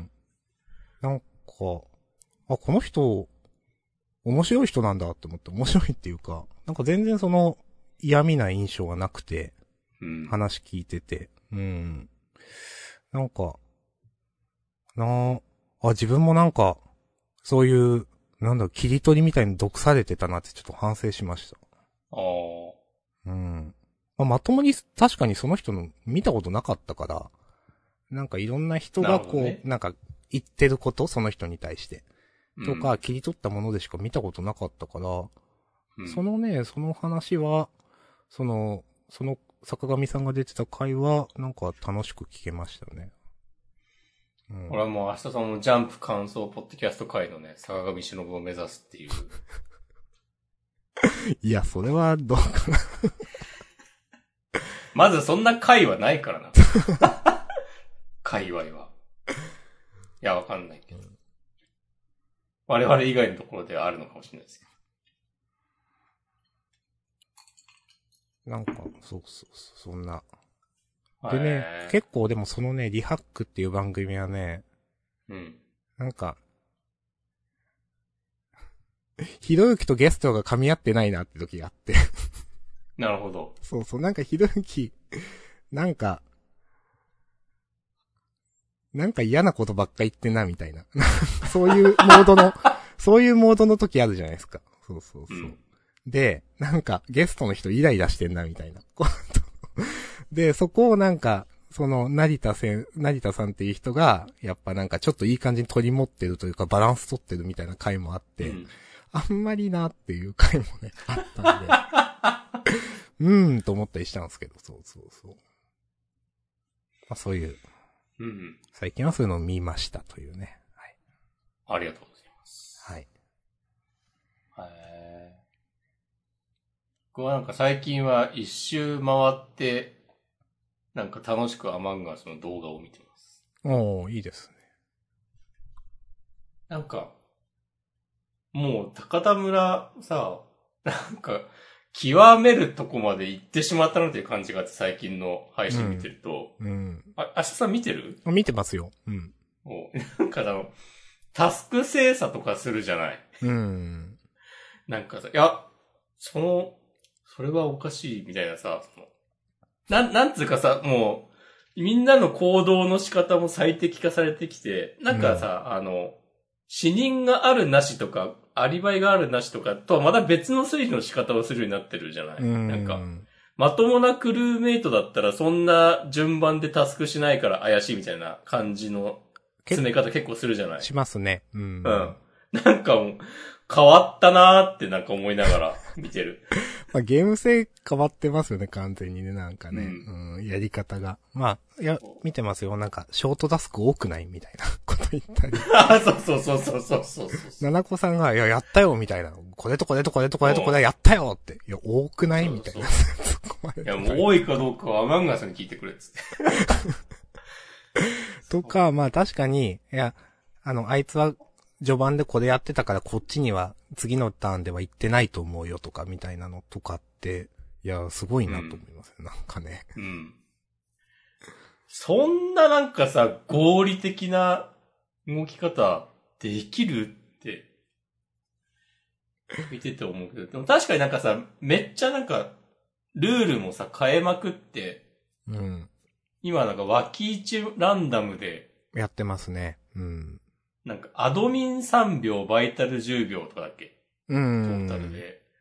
[SPEAKER 2] なんか、この人、面白い人なんだって思って、面白いっていうか、なんか全然その嫌味な印象がなくて、
[SPEAKER 1] うん、
[SPEAKER 2] 話聞いてて、うん。なんか、自分もなんか、そういう、切り取りみたいに毒されてたなってちょっと反省しました。
[SPEAKER 1] ああ。
[SPEAKER 2] うん。まともに確かにその人の見たことなかったから、なんかいろんな人がこう、ね、なんか言ってること、その人に対して。とか、切り取ったものでしか見たことなかったから、うん、その話は、その坂上さんが出てた回は、なんか楽しく聞けましたね。
[SPEAKER 1] うん、俺はもう明日そのジャンプ感想ポッドキャスト回のね、坂上忍を目指すっていう。
[SPEAKER 2] いや、それはどうかな。
[SPEAKER 1] まずそんな回はないからな。界隈は。いや、わかんないけど。我々以外のところではあるのかもしれないですけ
[SPEAKER 2] ど。なんか、そんな。でね、結構でもそのね、リハックっていう番組はね、
[SPEAKER 1] うん。
[SPEAKER 2] なんか、ひろゆきとゲストが噛み合ってないなって時があって。
[SPEAKER 1] なるほど。
[SPEAKER 2] そう、なんかひろゆき、なんか嫌なことばっか言ってんな、みたいな。そういうモードの時あるじゃないですか。そう。うん、で、なんか、ゲストの人イライラしてんな、みたいな。で、そこをなんか、成田さんっていう人が、やっぱなんかちょっといい感じに取り持ってるというか、バランス取ってるみたいな回もあって、あんまりなっていう回もね、あったんで、と思ったりしたんですけど、そう。まあそういう。
[SPEAKER 1] うん。
[SPEAKER 2] 最近はそういうのを見ましたというね。はい。
[SPEAKER 1] ありがとうございます。
[SPEAKER 2] はい。
[SPEAKER 1] 僕はなんか最近は一周回って、なんか楽しくアマンガスの動画を見てます。
[SPEAKER 2] おー、いいですね。
[SPEAKER 1] なんか、もう高田村さ、なんか、極めるとこまで行ってしまったなという感じがあって、最近の配信見てると。
[SPEAKER 2] うん。
[SPEAKER 1] 明日さん見てる？
[SPEAKER 2] 見てますよ。うん。
[SPEAKER 1] なんかタスク精査とかするじゃない。
[SPEAKER 2] うん。
[SPEAKER 1] なんかさ、いや、それはおかしいみたいなさ、なんつうかさ、もう、みんなの行動の仕方も最適化されてきて、なんかさ、死人があるなしとか、アリバイがあるなしとかとはまた別の推理の仕方をするようになってるじゃない。なんか、まともなクルーメイトだったらそんな順番でタスクしないから怪しいみたいな感じの詰め方結構するじゃない。
[SPEAKER 2] しますね。うん。
[SPEAKER 1] なんかもう、変わったなーってなんか思いながら見てる。
[SPEAKER 2] まあゲーム性変わってますよね、完全にね、なんかね。やり方が。まあ、いや、見てますよ。なんか、ショートタスク多くないみたいなこと言ったり。
[SPEAKER 1] そう。
[SPEAKER 2] 七子さんが、いや、やったよみたいな。これとこれやったよって。いや、多くないみたいな。
[SPEAKER 1] いや、もう多いかどうかはアマンガスに聞いてくれっつって。
[SPEAKER 2] とか、まあ確かに、いや、あいつは、序盤でこれやってたからこっちには次のターンでは行ってないと思うよとかみたいなのとかって、いや、すごいなと思います、なんかね。
[SPEAKER 1] うん。そんななんかさ、合理的な動き方できるって見てて思うけど、でも確かになんかさ、めっちゃなんか、ルールもさ、変えまくって、
[SPEAKER 2] うん。
[SPEAKER 1] 今なんか脇一ランダムで、
[SPEAKER 2] やってますね。うん。
[SPEAKER 1] なんか、アドミン3秒、バイタル10秒とかだっけ？
[SPEAKER 2] ト
[SPEAKER 1] ータルで。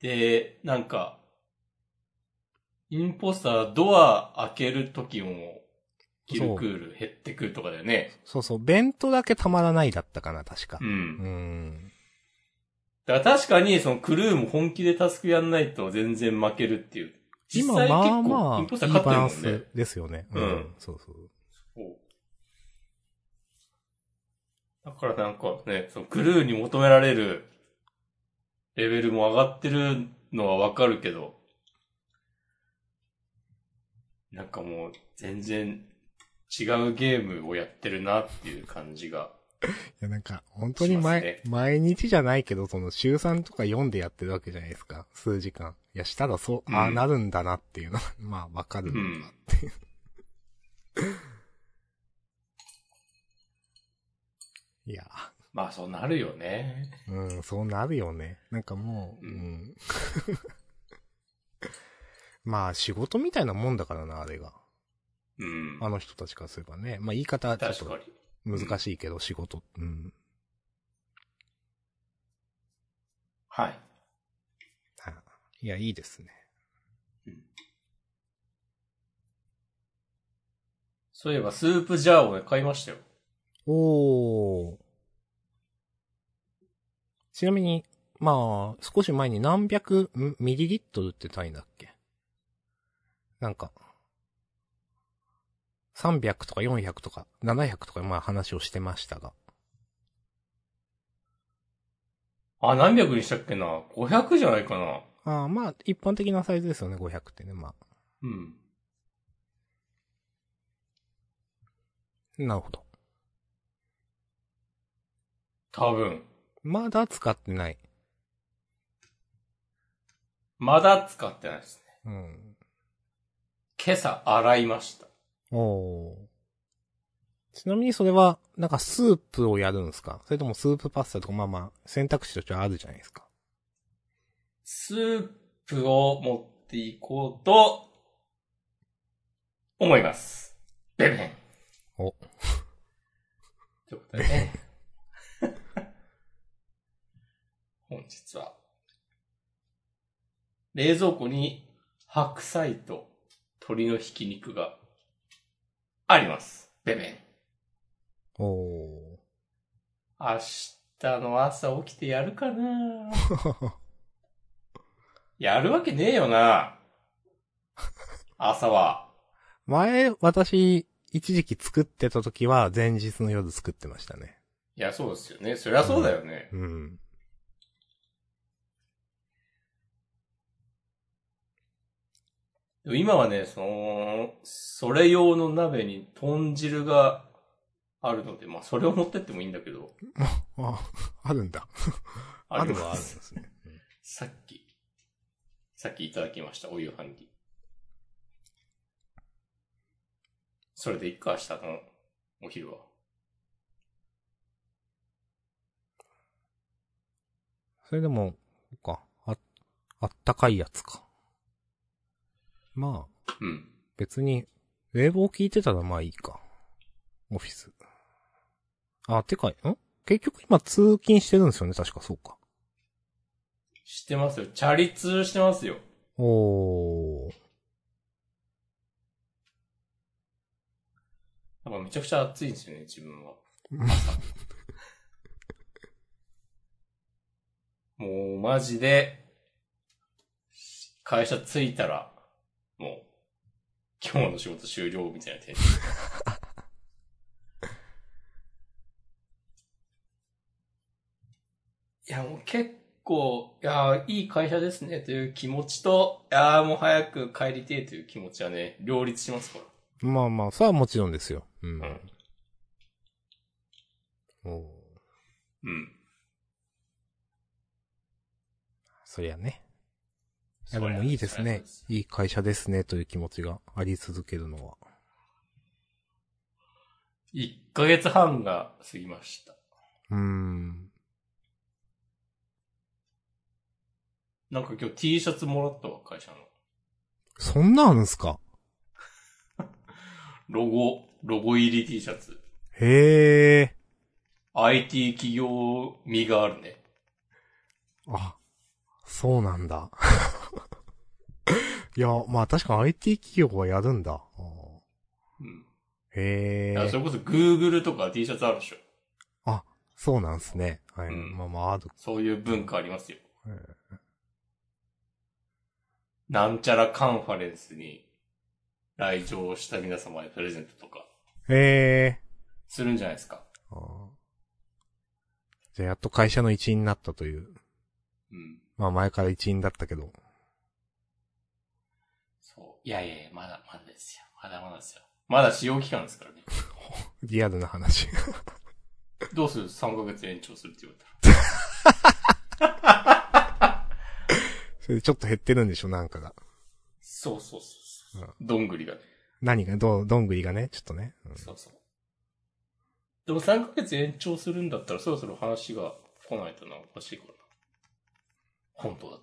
[SPEAKER 1] で、なんか、インポスタードア開けるときも、キルクール減ってくるとかだよね。
[SPEAKER 2] そうそう、ベントだけたまらないだったかな、確か。
[SPEAKER 1] うん。
[SPEAKER 2] ん。
[SPEAKER 1] だから確かに、そのクルーも本気でタスクやんないと全然負けるっていう。実際結構、インポスター勝ってるもんね。
[SPEAKER 2] いいバランスですよね。
[SPEAKER 1] うん。
[SPEAKER 2] そうそう。
[SPEAKER 1] だからなんかね、そのクルーに求められるレベルも上がってるのはわかるけど、なんかもう全然違うゲームをやってるなっていう感じが。
[SPEAKER 2] いやなんか、本当に毎日じゃないけど、その週3とか読んでやってるわけじゃないですか。数時間。いや、したらそう、ああなるんだなっていうのは、まあわかるんだっていう。いや。
[SPEAKER 1] まあそうなるよね。
[SPEAKER 2] うん、そうなるよね。なんかもう、まあ仕事みたいなもんだからな、あれが。
[SPEAKER 1] うん。
[SPEAKER 2] あの人たちからすればね。まあ言い方ちょっと難しいけど、仕事。
[SPEAKER 1] はい。
[SPEAKER 2] いや、いいですね。
[SPEAKER 1] そういえばスープジャーをね、買いましたよ。
[SPEAKER 2] おー。ちなみに、まあ、少し前に何百ミリリットルって単位だっけ？なんか、300とか400とか700とかまあ話をしてましたが。
[SPEAKER 1] あ、何百にしたっけな？ 500 じゃないかな。
[SPEAKER 2] ああ、まあ、一般的なサイズですよね、500ってね、まあ。
[SPEAKER 1] うん。
[SPEAKER 2] なるほど。
[SPEAKER 1] 多分。
[SPEAKER 2] まだ使ってない。
[SPEAKER 1] まだ使ってないですね。
[SPEAKER 2] うん。
[SPEAKER 1] 今朝洗いました。
[SPEAKER 2] おー。ちなみにそれは、なんかスープをやるんですか？それともスープパスタとかまあまあ、選択肢としてはあるじゃないですか。
[SPEAKER 1] スープを持っていこうと、思います。ベベン。
[SPEAKER 2] お。
[SPEAKER 1] ということでね。本日は、冷蔵庫に白菜と鶏のひき肉があります。ベベン。
[SPEAKER 2] おー。
[SPEAKER 1] 明日の朝起きてやるかなやるわけねえよな。朝は。
[SPEAKER 2] 前、私、一時期作ってた時は前日の夜作ってましたね。
[SPEAKER 1] いや、そうですよね。そりゃそうだよね。
[SPEAKER 2] うん。
[SPEAKER 1] 今はね、それ用の鍋に豚汁があるので、まあ、それを持ってってもいいんだけど。
[SPEAKER 2] あるんだ。
[SPEAKER 1] ある
[SPEAKER 2] はあるんですね。
[SPEAKER 1] さっきいただきました、お夕飯に。それでいっか、明日のお昼は。
[SPEAKER 2] それでも、あったかいやつか。まあ、別に、冷房効いてたらまあいいか。オフィス。てか、結局今通勤してるんですよね、確かそうか。
[SPEAKER 1] してますよ。チャリ通してますよ。
[SPEAKER 2] おー。
[SPEAKER 1] なんかめちゃくちゃ暑いんですよね、自分は。もうマジで、会社着いたら、もう、今日の仕事終了みたいなテンション。いや、もう結構、いい会社ですねという気持ちと、もう早く帰りてえという気持ちはね、両立しますから。
[SPEAKER 2] まあまあ、それはもちろんですよ。うん。そりゃね。いやでもいいですね。いい会社ですねという気持ちがあり続けるのは。
[SPEAKER 1] 1ヶ月半が過ぎました。なんか今日 T シャツもらったわ、会社の。
[SPEAKER 2] そんなあるんすか？
[SPEAKER 1] ロゴ入り T シャツ。
[SPEAKER 2] へえ。
[SPEAKER 1] IT 企業味があるね。
[SPEAKER 2] そうなんだ。いや、まあ確か IT 企業はやるんだ。
[SPEAKER 1] うん。
[SPEAKER 2] へえ。
[SPEAKER 1] それこそ Google とか T シャツあるでしょ。
[SPEAKER 2] あ、そうなんすね。はい。
[SPEAKER 1] うん。
[SPEAKER 2] まあまあ、ある。
[SPEAKER 1] そういう文化ありますよ。
[SPEAKER 2] へー
[SPEAKER 1] なんちゃらカンファレンスに来場した皆様へプレゼントとか、
[SPEAKER 2] へ
[SPEAKER 1] するんじゃないですか。
[SPEAKER 2] ー。じゃあやっと会社の一員になったという。
[SPEAKER 1] うん。
[SPEAKER 2] まあ前から一員だったけど。
[SPEAKER 1] そう。いやいやいや、まだまだですよ。まだまだですよ。まだ使用期間ですからね。
[SPEAKER 2] リアルな話。
[SPEAKER 1] どうする ?3 ヶ月延長するって言われたら。
[SPEAKER 2] それでちょっと減ってるんでしょ、なんかが。
[SPEAKER 1] そうそうそうそう、
[SPEAKER 2] うん。
[SPEAKER 1] どんぐりがね。
[SPEAKER 2] 何が、どんぐりがね、ちょっとね。うん、
[SPEAKER 1] そうそう。でも3ヶ月延長するんだったらそろそろ話が来ないとな、おかしいからな。本当だと。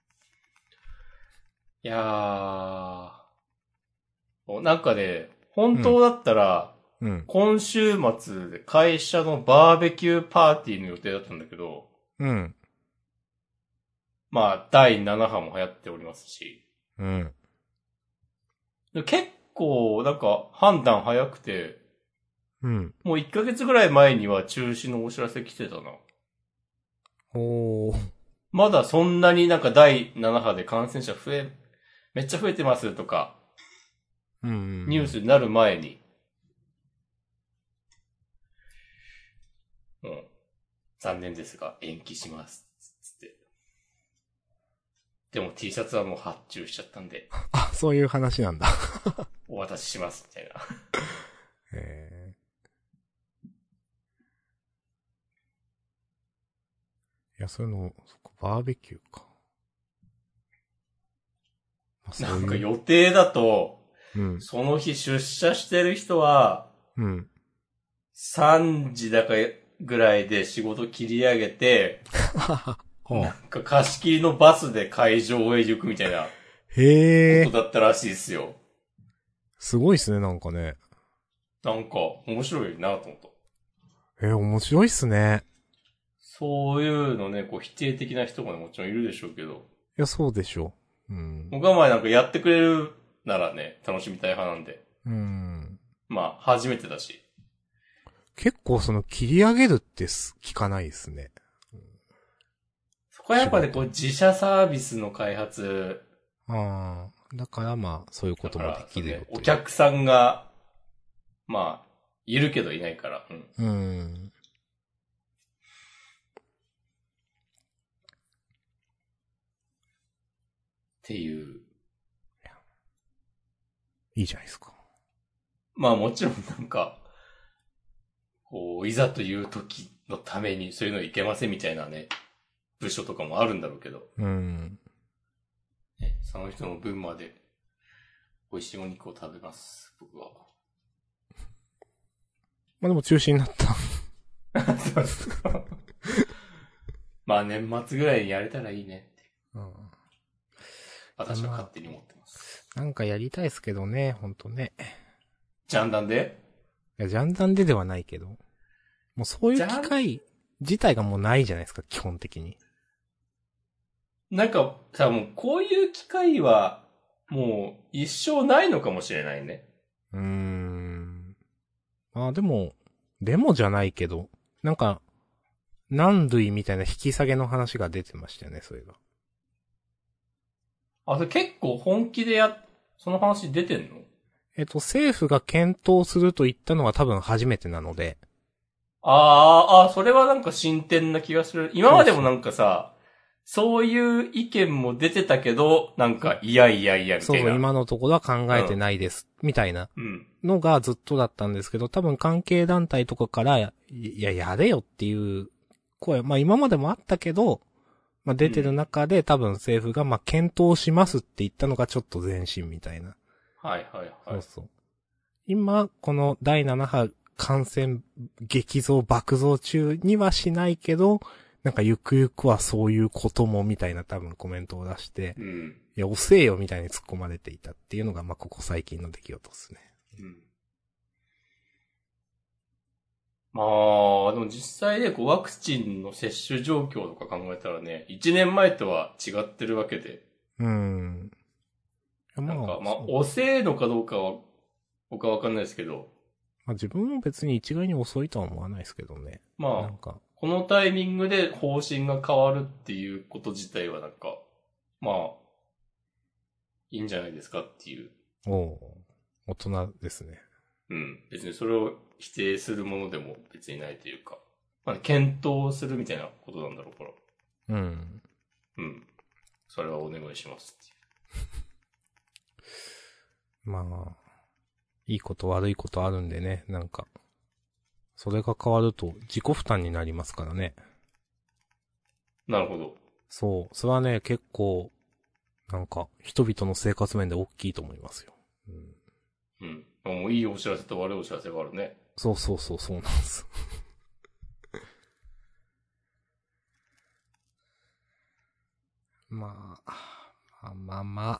[SPEAKER 1] いやー。なんかね、本当だったら、
[SPEAKER 2] うん。
[SPEAKER 1] 今週末で会社のバーベキューパーティーの予定だったんだけど、
[SPEAKER 2] うん。
[SPEAKER 1] まあ、第7波も流行っておりますし、
[SPEAKER 2] うん。
[SPEAKER 1] 結構、なんか、判断早くて、
[SPEAKER 2] うん。
[SPEAKER 1] もう1ヶ月ぐらい前には中止のお知らせ来てたな。
[SPEAKER 2] おー。
[SPEAKER 1] まだそんなになんか第7波で感染者めっちゃ増えてますとか、
[SPEAKER 2] うん。
[SPEAKER 1] ニュースになる前に、うん、残念ですが延期します。つって。でも T シャツはもう発注しちゃったんで、
[SPEAKER 2] あ、そういう話なんだ。
[SPEAKER 1] お渡しします、みたいな。
[SPEAKER 2] へいや、そういうの、そっか、バーベキューか。まあ、そういう。
[SPEAKER 1] なんか予定だと、
[SPEAKER 2] うん。
[SPEAKER 1] その日出社してる人は、
[SPEAKER 2] うん。
[SPEAKER 1] 3時だかぐらいで仕事切り上げて、
[SPEAKER 2] ほう。
[SPEAKER 1] なんか貸し切りのバスで会場へ行くみたいな
[SPEAKER 2] へえ。
[SPEAKER 1] ことだったらしいですよ。
[SPEAKER 2] すごいっすね、なんかね。
[SPEAKER 1] なんか面白いなと思った。
[SPEAKER 2] 面白いっすね。
[SPEAKER 1] そういうのね、こう否定的な人もね、もちろんいるでしょうけど。
[SPEAKER 2] いや、そうでしょう。うん。
[SPEAKER 1] 僕は前なんかやってくれるならね、楽しみたい派なんで。
[SPEAKER 2] うん。
[SPEAKER 1] まあ、初めてだし。
[SPEAKER 2] 結構その切り上げるって聞かないですね。
[SPEAKER 1] そこはやっぱね、こう自社サービスの開発。
[SPEAKER 2] ああ。だからまあ、そういうこともできるよ、
[SPEAKER 1] ね、お客さんが、まあ、いるけどいないから。
[SPEAKER 2] うん。
[SPEAKER 1] っていう。
[SPEAKER 2] いいじゃないですか。
[SPEAKER 1] まあもちろんなんか、こう、いざという時のためにそういうのいけませんみたいなね、部署とかもあるんだろうけど。
[SPEAKER 2] うん。
[SPEAKER 1] ね、その人の分まで美味しいお肉を食べます、僕は。
[SPEAKER 2] まあでも中止になった。
[SPEAKER 1] そうですか。まあ年末ぐらいにやれたらいいねって。
[SPEAKER 2] うん、
[SPEAKER 1] 私は勝手に思ってます。
[SPEAKER 2] なんかやりたいですけどね、ほんとね。
[SPEAKER 1] ジャンダンで？
[SPEAKER 2] いや、ジャンダンではないけど。もうそういう機会自体がもうないじゃないですか、基本的に。
[SPEAKER 1] なんか、さ、もうこういう機会は、もう一生ないのかもしれないね。
[SPEAKER 2] まあでもじゃないけど、なんか、何類みたいな引き下げの話が出てましたよね、そういえば。
[SPEAKER 1] あ、それ結構本気でその話出てんの？
[SPEAKER 2] 政府が検討すると言ったのは多分初めてなので。
[SPEAKER 1] それはなんか進展な気がする。今までもなんかさ、そういう意見も出てたけど、なんか、いやいやいや、みたいな。
[SPEAKER 2] そうそう、今のところは考えてないです、みたいなのがずっとだったんですけど、多分関係団体とかから、いや、やれよっていう声、まあ今までもあったけど、まあ出てる中で、多分政府がまあ検討しますって言ったのがちょっと前進みたいな。
[SPEAKER 1] はいはいはい。
[SPEAKER 2] そうそう。今、この第7波感染激増爆増中にはしないけど、なんかゆくゆくはそういうこともみたいな多分コメントを出して、いや、遅えよみたいに突っ込まれていたっていうのが、まあ、ここ最近の出来事ですね。
[SPEAKER 1] まあ、でも実際ね、ワクチンの接種状況とか考えたらね、1年前とは違ってるわけで。
[SPEAKER 2] なんか、
[SPEAKER 1] 遅いのかどうかは、僕はわかんないですけど。
[SPEAKER 2] まあ自分も別に一概に遅いとは思わないですけどね。
[SPEAKER 1] まあ、
[SPEAKER 2] なんか
[SPEAKER 1] このタイミングで方針が変わるっていうこと自体はなんか、まあ、いいんじゃないですかっていう。
[SPEAKER 2] 大人ですね。
[SPEAKER 1] うん。別にそれを否定するものでも別にないというか。まあ、検討するみたいなことなんだろうから。うん。それはお願いしますっていう。
[SPEAKER 2] まあ、いいこと悪いことあるんでね、なんか。それが変わると自己負担になりますからね。
[SPEAKER 1] なるほど。
[SPEAKER 2] そう。それはね、結構、なんか、人々の生活面で大きいと思いますよ。
[SPEAKER 1] もういいお知らせと悪いお知らせがあるね。
[SPEAKER 2] そうなんです。まあ。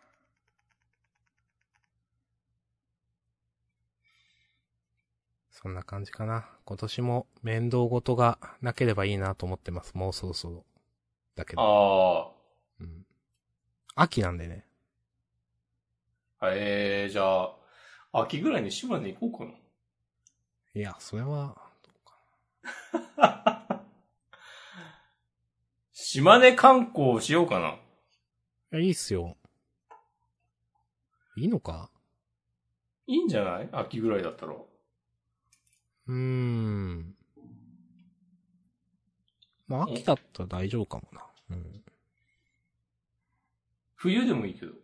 [SPEAKER 2] そんな感じかな。今年も面倒事がなければいいなと思ってます。もうそろそろ。だけど。秋なんでね。
[SPEAKER 1] じゃあ、秋ぐらいに島根行こうかな。
[SPEAKER 2] いや、それは、どう
[SPEAKER 1] かな。島根観光しようかな。い
[SPEAKER 2] や、いいっすよ。いいのか？
[SPEAKER 1] いいんじゃない？秋ぐらいだったら。
[SPEAKER 2] まあ、秋だったら大丈夫かもな。
[SPEAKER 1] 冬でもいいけど。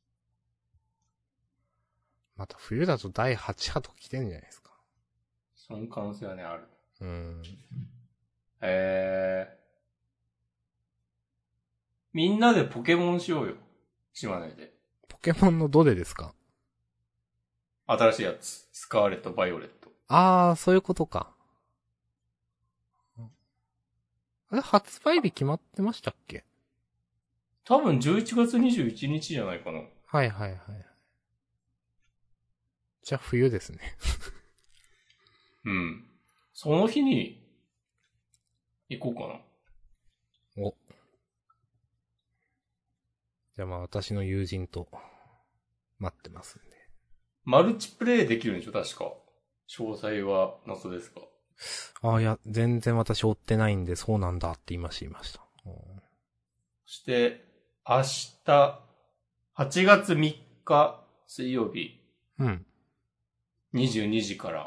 [SPEAKER 2] また冬だと第8波とか来てんじゃないですか。
[SPEAKER 1] その可能性はね、ある。みんなでポケモンしようよ。島根で。
[SPEAKER 2] ポケモンのどれですか？
[SPEAKER 1] 新しいやつ。スカーレット、バイオレット。
[SPEAKER 2] あー、そういうことか。あれ、発売日決まってましたっけ？
[SPEAKER 1] 多分11月21日じゃないかな。
[SPEAKER 2] はい。じゃあ冬ですね。
[SPEAKER 1] その日に行こうかな。
[SPEAKER 2] じゃあまあ私の友人と待ってますんで。
[SPEAKER 1] マルチプレイできるんでしょ確か。詳細は謎ですか？
[SPEAKER 2] いや、全然私追ってないんで、そうなんだって言いました。
[SPEAKER 1] そして、明日、8月3日水曜日。22時から。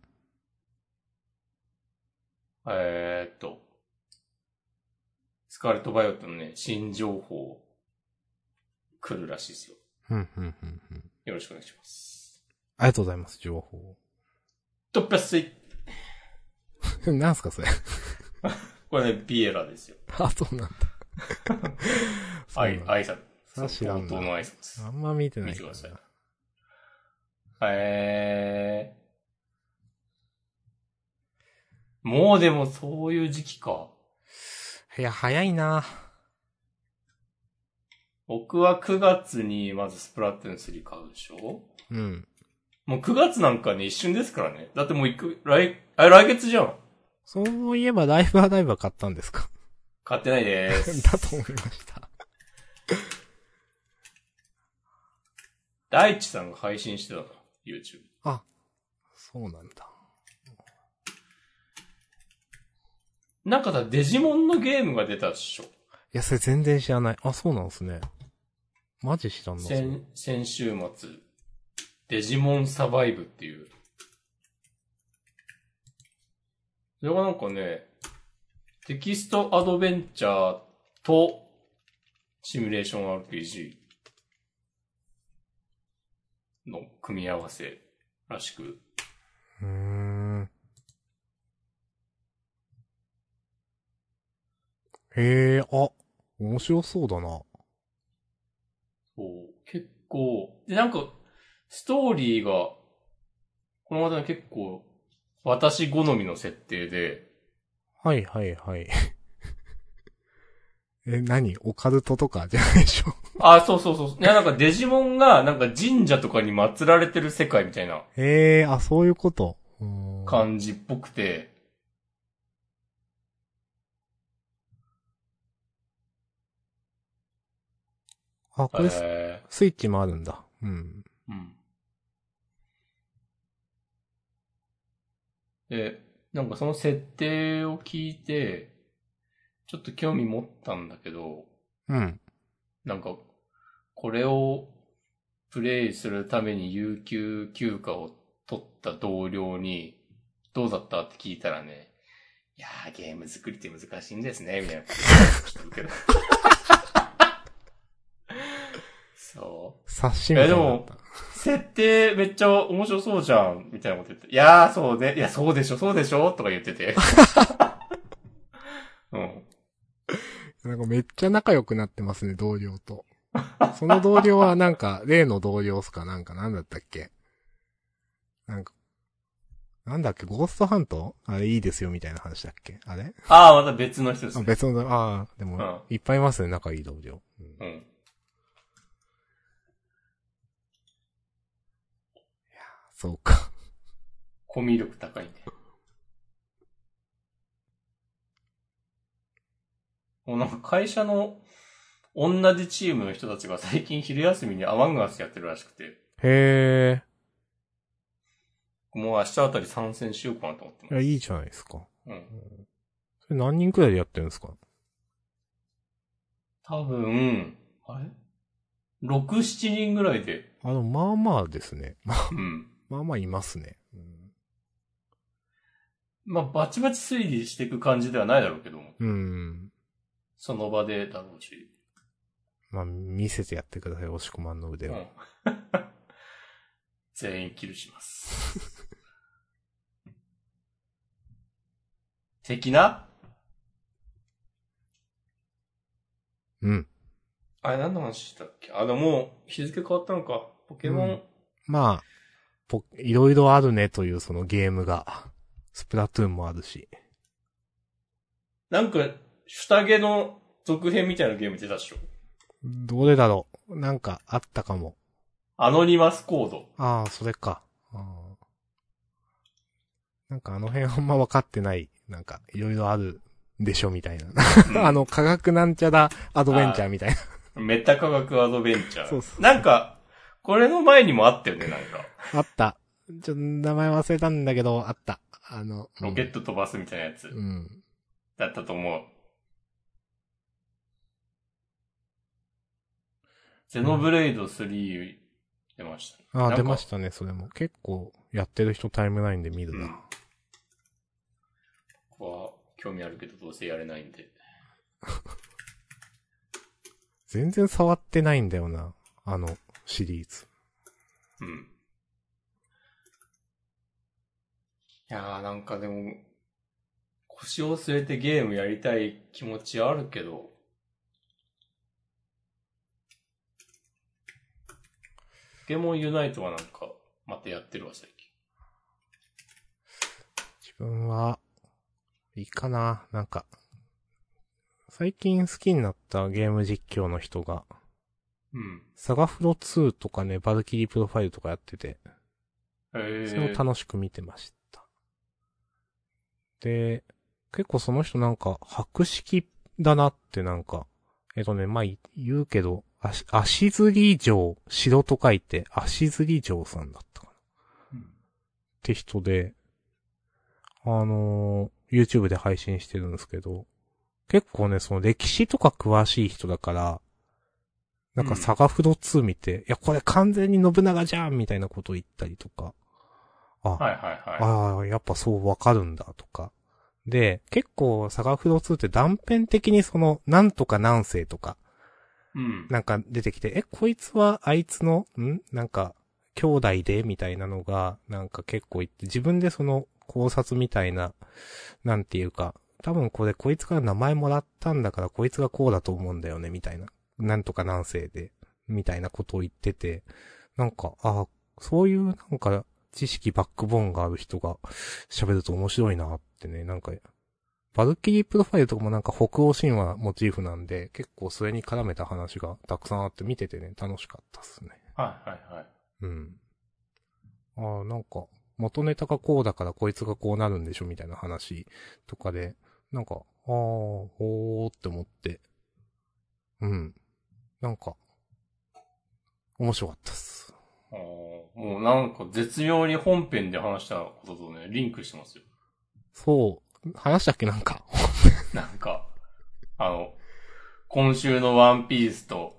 [SPEAKER 1] スカーレットバイオレットのね、新情報来るらしいですよ。よろしくお願いします。
[SPEAKER 2] ありがとうございます、情報。
[SPEAKER 1] トップスイ
[SPEAKER 2] なんすかそれ。
[SPEAKER 1] これね、ビエラですよ。
[SPEAKER 2] そうなんだ。
[SPEAKER 1] 挨拶。
[SPEAKER 2] 冒頭の挨拶。あんま見てない。
[SPEAKER 1] 見てください。もうでもそういう時期か。
[SPEAKER 2] いや、早いな。
[SPEAKER 1] 僕は9月にまずスプラトゥーン3買うでしょ？もう9月なんかね、一瞬ですからね。だってもう来月じゃん。
[SPEAKER 2] そういえばライブは買ったんですか？
[SPEAKER 1] 買ってないでーす。
[SPEAKER 2] だと思いました。
[SPEAKER 1] 大地さんが配信してたの。YouTube。
[SPEAKER 2] そうなんだ。
[SPEAKER 1] なんかデジモンのゲームが出たっしょ。い
[SPEAKER 2] や、それ全然知らない。そうなんですね。マジ知らんの？
[SPEAKER 1] 先週末、デジモンサバイブっていう。それがなんかね、テキストアドベンチャーとシミュレーション RPG の組み合わせらしく。
[SPEAKER 2] へえ、面白そうだな。
[SPEAKER 1] そう、結構、で、なんか、ストーリーが、この方ね、結構、私好みの設定で。
[SPEAKER 2] はい。何？オカルトとかじゃないでしょ。
[SPEAKER 1] そう。いや、なんかデジモンが、なんか神社とかに祀られてる世界みたいな。
[SPEAKER 2] そういうこと。
[SPEAKER 1] 感じっぽくて、
[SPEAKER 2] あ、これスイッチもあるんだ。うん。
[SPEAKER 1] うん。で、なんかその設定を聞いて、ちょっと興味持ったんだけど、
[SPEAKER 2] うん。
[SPEAKER 1] なんか、これをプレイするために有給休暇を取った同僚に、どうだったって聞いたらね、いやー、ゲーム作りって難しいんですね、みたいな感じでけど。そう。
[SPEAKER 2] 冊子みたいな。
[SPEAKER 1] でも、設定めっちゃ面白そうじゃん、みたいなこと言って。いやー、そうね。いや、そうでしょ、そうでしょとか言ってて。うん。
[SPEAKER 2] なんかめっちゃ仲良くなってますね、同僚と。その同僚はなんか、例の同僚っすかなんかなんだったっけなんか、なんだっけゴーストハントあれいいですよみたいな話だっけあれ
[SPEAKER 1] ああ、また別の人ですね。
[SPEAKER 2] 別の、でも、いっぱいいますね、仲いい同僚。
[SPEAKER 1] うん。
[SPEAKER 2] そうか。
[SPEAKER 1] コミュ力高いね。もうなんか会社の同じチームの人たちが最近昼休みにアマンガスやってるらしくて。
[SPEAKER 2] へ
[SPEAKER 1] もう明日あたり参戦しようかなと思ってます。
[SPEAKER 2] いや、いいじゃないですか。
[SPEAKER 1] うん。
[SPEAKER 2] それ何人くらいでやってるんですか
[SPEAKER 1] 多分、あれ ?6、7人ぐらいで。
[SPEAKER 2] まあまあですね。
[SPEAKER 1] うん。
[SPEAKER 2] まあまあいますね。
[SPEAKER 1] まあ、バチバチ推理していく感じではないだろうけども。その場でだろうし。
[SPEAKER 2] まあ、見せてやってください、押し込まんの腕を。うん、
[SPEAKER 1] 全員キルします。的な
[SPEAKER 2] うん。
[SPEAKER 1] あれ何の話したっけでももう日付変わったのか。ポケモン。
[SPEAKER 2] まあ、いろいろあるねというそのゲームが。スプラトゥーンもあるし。
[SPEAKER 1] なんか、シュタゲの続編みたいなゲーム出たっしょ。
[SPEAKER 2] どれだろうなんかあったかも。
[SPEAKER 1] アノニマスコード。
[SPEAKER 2] ああ、それか。なんかあの辺あんま分かってない。なんか、いろいろあるでしょみたいな。うん、科学なんちゃらアドベンチャーみたいな。
[SPEAKER 1] メタ科学アドベンチャー。
[SPEAKER 2] そうそう。
[SPEAKER 1] なんか、これの前にもあったよね、なんか。
[SPEAKER 2] あった。名前忘れたんだけど、あった。
[SPEAKER 1] ロケット飛ばすみたいなやつ。
[SPEAKER 2] うん。
[SPEAKER 1] だったと思う。ゼノブレイド3出ましたね。
[SPEAKER 2] 出ましたね、それも。結構やってる人タイムラインで見るな。こ
[SPEAKER 1] こは興味あるけどどうせやれないんで。
[SPEAKER 2] 全然触ってないんだよな。シリーズ。
[SPEAKER 1] うん。いやーなんかでも、腰を据えてゲームやりたい気持ちあるけど、ポケモンユナイトはなんか、またやってるわ、最近。
[SPEAKER 2] 自分は、いいかな。なんか、最近好きになったゲーム実況の人が、
[SPEAKER 1] うん。
[SPEAKER 2] サガフロ2とかね、バルキリープロファイルとかやってて、それを楽しく見てました。で、結構その人なんか、博識だなってなんか、まあ、言うけど、足摺城、城と書いて、足摺城さんだったかな。うん、って人で、YouTube で配信してるんですけど、結構ね、その歴史とか詳しい人だから、なんかサガフロ2見て、いや、これ完全に信長じゃんみたいなことを言ったりとか、やっぱそうわかるんだとか。で、結構サガフロ2って断片的にその、なんとか何世とか、なんか出てきて、こいつはあいつの、なんか、兄弟でみたいなのが、なんか結構言って、自分でその考察みたいな、なんていうか、多分これこいつから名前もらったんだからこいつがこうだと思うんだよね、みたいな。なんとか何世で、みたいなことを言ってて、なんか、そういうなんか、知識バックボーンがある人が喋ると面白いなってね、なんか、バルキリープロファイルとかもなんか北欧神話モチーフなんで、結構それに絡めた話がたくさんあって見ててね、楽しかったっすね。
[SPEAKER 1] はいはいはい。
[SPEAKER 2] うん。なんか、 元ネタがこうだからこいつがこうなるんでしょみたいな話とかで、なんか、おーって思って、うん。なんか、面白かったっす。
[SPEAKER 1] もうなんか絶妙に本編で話したこととね、リンクしてますよ。
[SPEAKER 2] そう。話したっけなんか。
[SPEAKER 1] なんか、今週のワンピースと、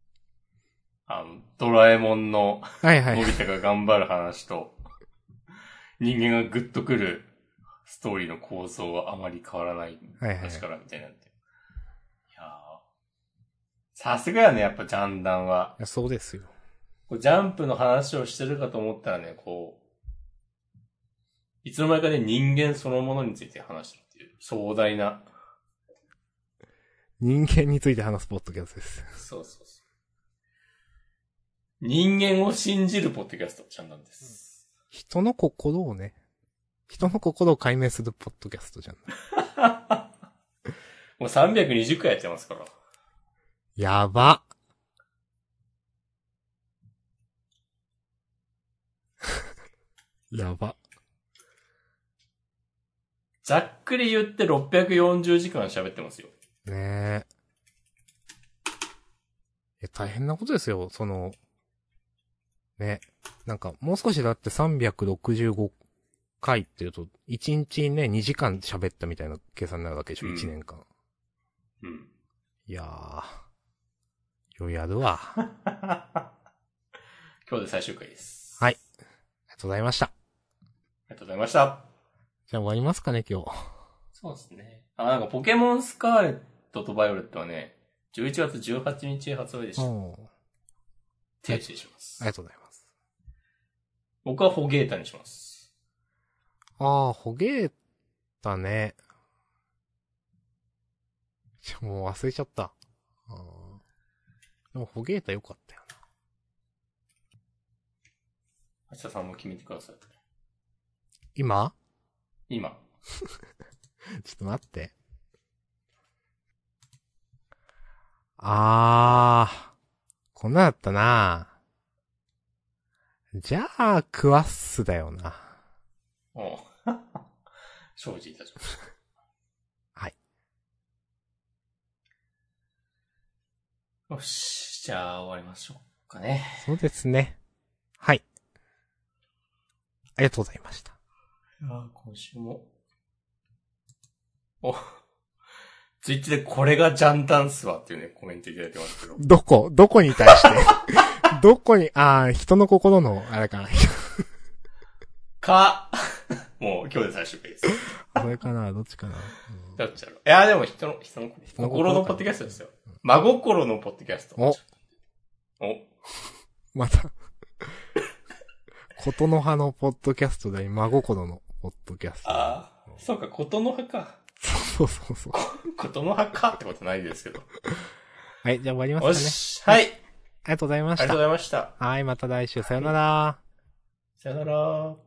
[SPEAKER 1] ドラえもんの、
[SPEAKER 2] はいはい。
[SPEAKER 1] のび太が頑張る話と、人間がグッとくるストーリーの構造はあまり変わらない。
[SPEAKER 2] はいはい。
[SPEAKER 1] 確からみたいなんで。いやー、さすがやね、やっぱジャンダンは。
[SPEAKER 2] いや、そうですよ。
[SPEAKER 1] ジャンプの話をしてるかと思ったらね、いつの間にかね、人間そのものについて話してるっていう、壮大な。
[SPEAKER 2] 人間について話すポッドキャストです。
[SPEAKER 1] そうそうそう。人間を信じるポッドキャスト、ジャンダンです。
[SPEAKER 2] 人の心を解明するポッドキャストじゃん。
[SPEAKER 1] もう320回やってますから。
[SPEAKER 2] やば。やば。
[SPEAKER 1] ざっくり言って640時間喋ってますよ。
[SPEAKER 2] ねえ。大変なことですよ、ね。なんか、もう少しだって365回っていうと、1日ね、2時間喋ったみたいな計算になるわけでしょ、1年間。
[SPEAKER 1] うん。
[SPEAKER 2] いやー、ようやるわ。
[SPEAKER 1] 今日で最終回です。
[SPEAKER 2] はい。ありがとうございました。
[SPEAKER 1] ありがとうございました。
[SPEAKER 2] じゃあ終わりますかね、今日。
[SPEAKER 1] そうですね。なんかポケモンスカーレットとバイオレットはね、11月18日発売でした。提出します。
[SPEAKER 2] ありがとうございます。
[SPEAKER 1] 僕はホゲータにします。
[SPEAKER 2] ホゲータね。もう忘れちゃった。でもホゲータ良かったよな。
[SPEAKER 1] 明日さんも決めてください。
[SPEAKER 2] 今
[SPEAKER 1] ちょっ
[SPEAKER 2] と待って。こんなだったな。じゃあ、クワッスだよな。
[SPEAKER 1] 承知いたしました。
[SPEAKER 2] はい。
[SPEAKER 1] よし、じゃあ終わりましょうかね。
[SPEAKER 2] そうですね。はい。ありがとうございました。
[SPEAKER 1] 今週も。ツイッチでこれがジャンダンスはっていうね、コメントいただいてますけど。
[SPEAKER 2] どこに対してどこに、人の心の、あれかな。
[SPEAKER 1] もう今日で最終回です。
[SPEAKER 2] それかなどっちかな、
[SPEAKER 1] どっちだろう。いや、でも人の心のポッドキャストですよ。真心のポッドキャスト。
[SPEAKER 2] また。ことの葉のポッドキャストで真心のポッドキャスト。
[SPEAKER 1] そうか、ことの葉か。
[SPEAKER 2] そう。
[SPEAKER 1] ことの葉かってことないですけど。
[SPEAKER 2] はい、じゃあ終わりますかね。
[SPEAKER 1] よし、はい。
[SPEAKER 2] ありがとうございました。
[SPEAKER 1] ありがとうございました。
[SPEAKER 2] はい、また来週。さよなら。
[SPEAKER 1] さよなら。